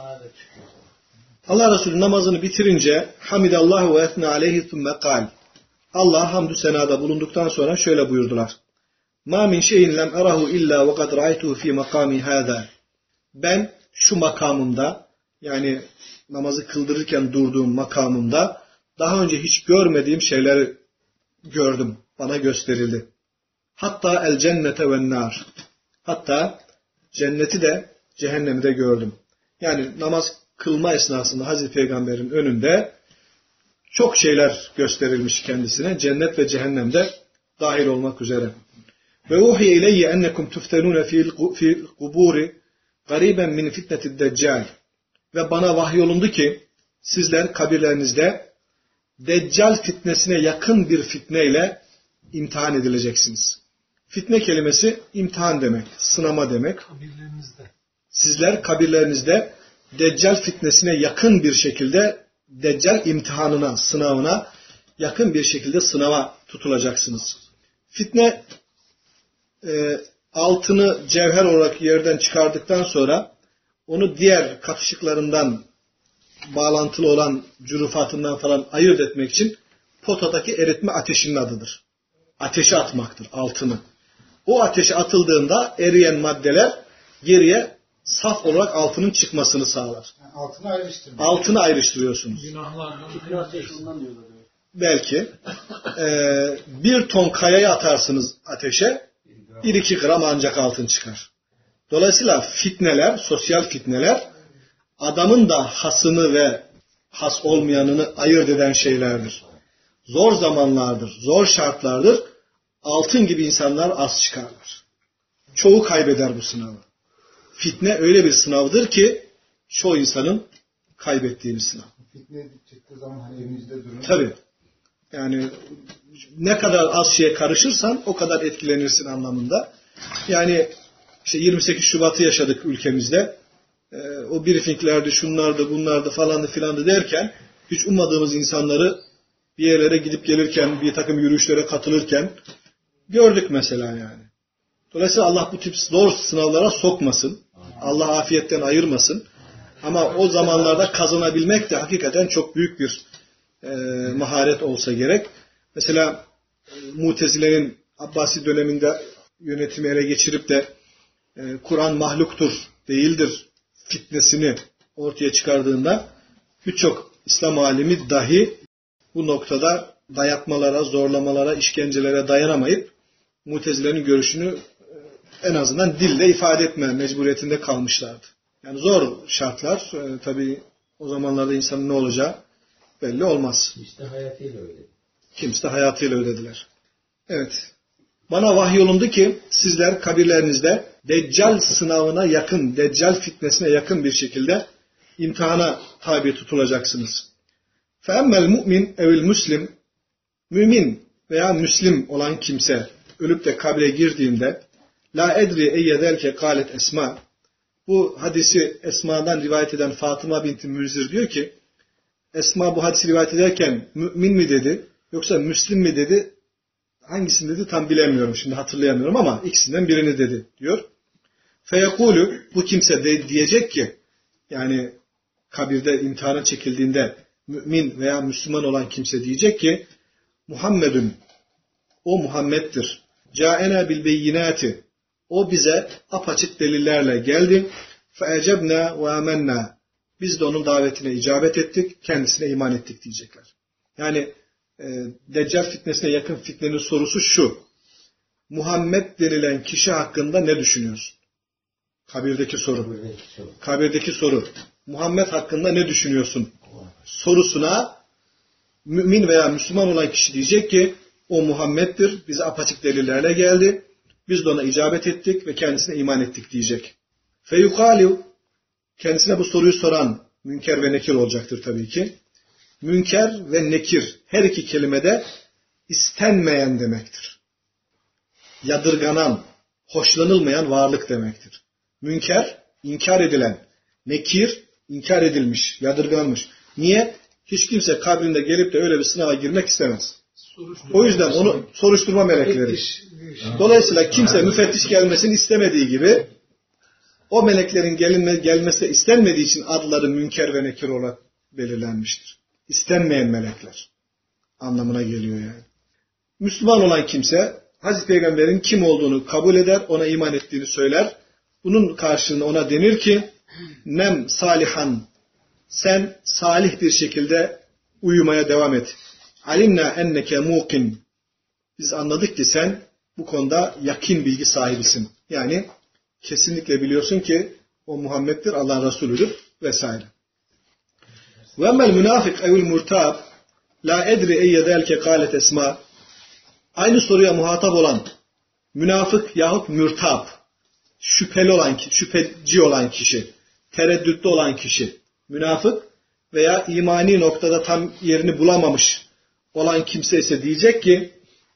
Allah Resulü namazını bitirince hamidallahu ve etne aleyhi thumme kal. Allah hamdü senada bulunduktan sonra şöyle buyurdular. Ma min şeyin lem erahu illa ve kad ra'aytuhu fi makami hâzâ. Ben şu makamımda, yani namazı kıldırırken durduğum makamımda daha önce hiç görmediğim şeyleri gördüm. Bana gösterildi. Hatta el cennete ve nar. Hatta cenneti de cehennemi de gördüm. Yani namaz kılma esnasında Hazreti Peygamber'in önünde çok şeyler gösterilmiş kendisine. Cennet ve cehennemde dahil olmak üzere. Ve uhiye ileyye ennekum tuftenune fil kuburi gariben min fitnetid deccal. Ve bana vahyolundu ki sizler kabirlerinizde Deccal fitnesine yakın bir fitneyle imtihan edileceksiniz. Fitne kelimesi imtihan demek, sınama demek. Sizler kabirlerinizde Deccal fitnesine yakın bir şekilde Deccal imtihanına, sınavına yakın bir şekilde sınava tutulacaksınız. Fitne altını cevher olarak yerden çıkardıktan sonra onu diğer katışıklarından bağlantılı olan cürufatından falan ayırt etmek için potadaki eritme ateşinin adıdır. Ateşe atmaktır altını. O ateşe atıldığında eriyen maddeler geriye saf olarak altının çıkmasını sağlar. Yani altını ayrıştırıyorsunuz. Belki 1 ton kayayı atarsınız ateşe, 1-2 gram ancak altın çıkar. Dolayısıyla fitneler, sosyal fitneler adamın da hasını ve has olmayanını ayırt eden şeylerdir. Zor zamanlardır, zor şartlardır. Altın gibi insanlar az çıkarlar. Çoğu kaybeder bu sınavı. Fitne öyle bir sınavdır ki çoğu insanın kaybettiği bir sınav. Fitne çıktığı zaman hani evinizde durun. Tabii. Yani ne kadar az şeye karışırsan o kadar etkilenirsin anlamında. Yani işte 28 Şubat'ı yaşadık ülkemizde. O briefinglerdi, şunlardı, bunlardı falandı filandı derken hiç ummadığımız insanları bir yerlere gidip gelirken, bir takım yürüyüşlere katılırken gördük mesela yani. Dolayısıyla Allah bu tip zor sınavlara sokmasın. Allah afiyetten ayırmasın. Ama o zamanlarda kazanabilmek de hakikaten çok büyük bir maharet olsa gerek. Mesela Mutezile'nin Abbasi döneminde yönetimi ele geçirip de Kur'an mahluktur, değildir fitnesini ortaya çıkardığında birçok İslam alimi dahi bu noktada dayatmalara, zorlamalara, işkencelere dayanamayıp Mutezile'nin görüşünü en azından dille ifade etme mecburiyetinde kalmışlardı. Yani zor şartlar. Tabii o zamanlarda insanın ne olacağı belli olmaz. İşte hayatıyla öyle. Kimse de hayatıyla ödediler. Evet. Bana vahyolundu ki sizler kabirlerinizde Deccal sınavına yakın, Deccal fitnesine yakın bir şekilde imtihana tabi tutulacaksınız. فَاَمَّا الْمُؤْمِنْ اَوِ الْمُسْلِمْ Mümin veya Müslim olan kimse ölüp de kabre girdiğinde La edri eyyedelke kâlet Esma. Bu hadisi Esma'dan rivayet eden Fatıma binti Münzir diyor ki Esma bu hadisi rivayet ederken mümin mi dedi yoksa Müslim mi dedi? Hangisini dedi tam bilemiyorum şimdi hatırlayamıyorum ama ikisinden birini dedi diyor. Feyekulu bu kimse de diyecek ki yani kabirde imtihana çekildiğinde mümin veya Müslüman olan kimse diyecek ki Muhammedun o Muhammed'dir. Câena bil beyinâti o bize apaçık delillerle geldi. Fe'ecebnâ ve amennâ biz de onun davetine icabet ettik, kendisine iman ettik diyecekler. Yani Deccal fitnesine yakın fitnenin sorusu şu. Muhammed denilen kişi hakkında ne düşünüyorsun? Kabirdeki soru. Kabirdeki soru. Muhammed hakkında ne düşünüyorsun? Sorusuna mümin veya Müslüman olan kişi diyecek ki o Muhammed'dir. Bize apaçık delillerle geldi. Biz de ona icabet ettik ve kendisine iman ettik diyecek. Feyukaliv kendisine bu soruyu soran Münker ve Nekir olacaktır tabii ki. Münker ve Nekir her iki kelimede istenmeyen demektir. Yadırganan, hoşlanılmayan varlık demektir. Münker, inkar edilen. Nekir, inkar edilmiş, yadırganmış. Niye? Hiç kimse kabrinde gelip de öyle bir sınava girmek istemez. O yüzden onu soruşturma melekleri. Dolayısıyla kimse müfettiş gelmesini istemediği gibi o meleklerin gelmesi de istenmediği için adları Münker ve Nekir olarak belirlenmiştir. İstenmeyen melekler anlamına geliyor yani. Müslüman olan kimse Hazreti Peygamber'in kim olduğunu kabul eder, ona iman ettiğini söyler. Bunun karşılığında ona denir ki nem salihan sen salih bir şekilde uyumaya devam et. Alimna enneke muqin biz anladık ki sen bu konuda yakin bilgi sahibisin. Yani kesinlikle biliyorsun ki o Muhammed'dir, Allah'ın Resulüdür vesaire. Ve emmel münafık evil murtab la edri eyyedelke kâlet esma aynı soruya muhatap olan münafık yahut mürtab şüpheli olan, şüpheci olan kişi, tereddütlü olan kişi, münafık veya imani noktada tam yerini bulamamış olan kimse ise diyecek ki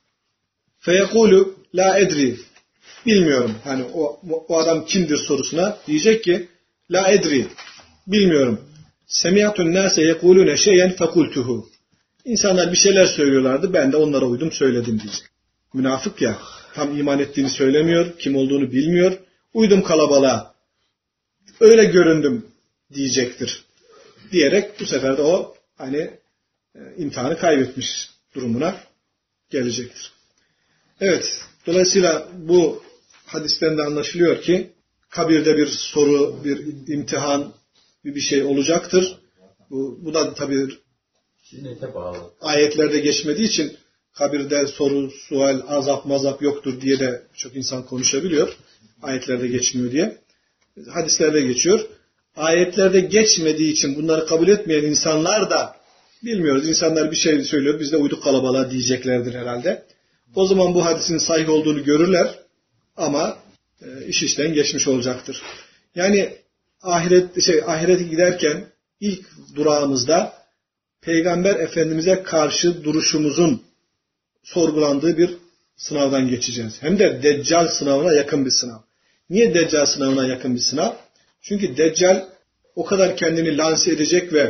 feyekulu la edri bilmiyorum. Hani o adam kimdir sorusuna diyecek ki la edri bilmiyorum. Semiyatun nase yekulune şeyen fekultuhu. İnsanlar bir şeyler söylüyorlardı. Ben de onlara uydum söyledim diyecek. Münafık ya tam iman ettiğini söylemiyor. Kim olduğunu bilmiyor. Uydum kalabalığa. Öyle göründüm diyecektir. Diyerek bu sefer de o hani imtihanı kaybetmiş durumuna gelecektir. Evet. Dolayısıyla bu hadisten de anlaşılıyor ki kabirde bir soru, bir imtihan, bir şey olacaktır. Bu da tabii sünnete bağlı. Ayetlerde geçmediği için kabirde soru, sual, azap, mazap yoktur diye de çok insan konuşabiliyor. Ayetlerde geçmiyor diye. Hadislerde geçiyor. Ayetlerde geçmediği için bunları kabul etmeyen insanlar da bilmiyoruz. İnsanlar bir şey söylüyor. Biz de uyduk kalabalığa diyeceklerdir herhalde. O zaman bu hadisin sahih olduğunu görürler ama iş işten geçmiş olacaktır. Yani ahirete giderken ilk durağımızda Peygamber Efendimiz'e karşı duruşumuzun sorgulandığı bir sınavdan geçeceğiz. Hem de Deccal sınavına yakın bir sınav. Niye Deccal sınavına yakın bir sınav? Çünkü Deccal o kadar kendini lanse edecek ve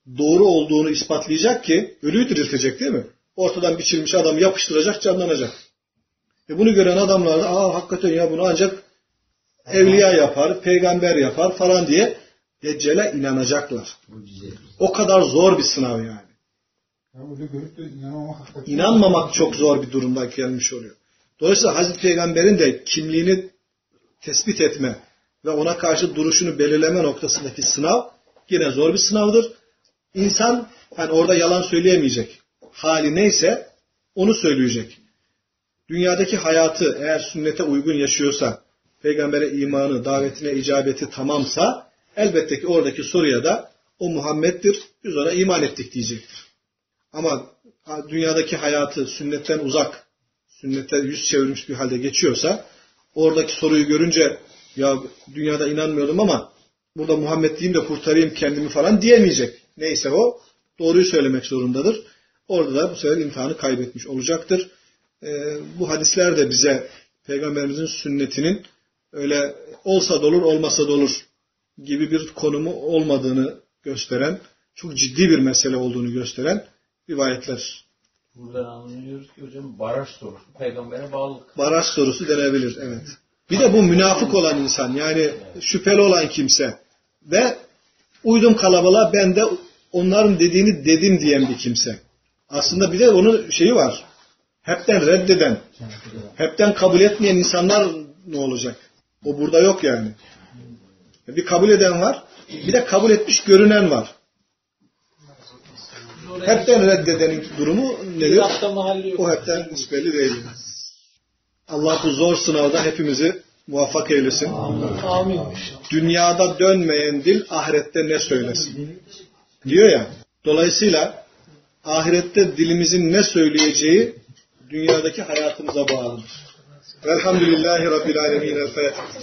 doğru olduğunu ispatlayacak ki ölüyü diriltecek değil mi? Ortadan biçilmiş adamı yapıştıracak, canlanacak. Bunu gören adamlar da hakikaten ya bunu ancak evliya yapar, peygamber yapar falan diye Deccal'e inanacaklar. O kadar zor bir sınav yani. öyle görüp de İnanmamak çok zor bir durumda gelmiş oluyor. Dolayısıyla Hazreti Peygamber'in de kimliğini tespit etme ve ona karşı duruşunu belirleme noktasındaki sınav yine zor bir sınavdır. İnsan hani orada yalan söyleyemeyecek. Hali neyse onu söyleyecek. Dünyadaki hayatı eğer sünnete uygun yaşıyorsa, peygambere imanı, davetine icabeti tamamsa elbette ki oradaki soruya da o Muhammed'dir, biz ona iman ettik diyecektir. Ama dünyadaki hayatı sünnetten uzak, sünnete yüz çevirmiş bir halde geçiyorsa oradaki soruyu görünce ya dünyada inanmıyordum ama burada Muhammed diyeyim de kurtarayım kendimi falan diyemeyecek. Neyse o doğruyu söylemek zorundadır. Orada da bu sefer imtihanı kaybetmiş olacaktır. Bu hadisler de bize Peygamberimizin sünnetinin öyle olsa da olur olmasa da olur gibi bir konumu olmadığını gösteren, çok ciddi bir mesele olduğunu gösteren rivayetler. Buradan anlıyoruz ki hocam baraj sorusu peygambere bağlılık. Baraj sorusu denebilir, evet. Bir de bu münafık olan insan, yani şüpheli olan kimse ve uydum kalabalığa ben de onların dediğini dedim diyen bir kimse. Aslında bir de onun şeyi var. Hepten reddeden, hepten kabul etmeyen insanlar ne olacak? O burada yok yani. Bir kabul eden var, bir de kabul etmiş görünen var. Hepten reddedenin durumu nedir? O hepten nispeli değil. Allah bu zor sınavda hepimizi muvaffak eylesin. Amin. Dünyada dönmeyen dil ahirette ne söylesin? Diyor ya. Dolayısıyla ahirette dilimizin ne söyleyeceği dünyadaki hayatımıza bağlıdır. Velhamdülillahi Rabbil Alemin.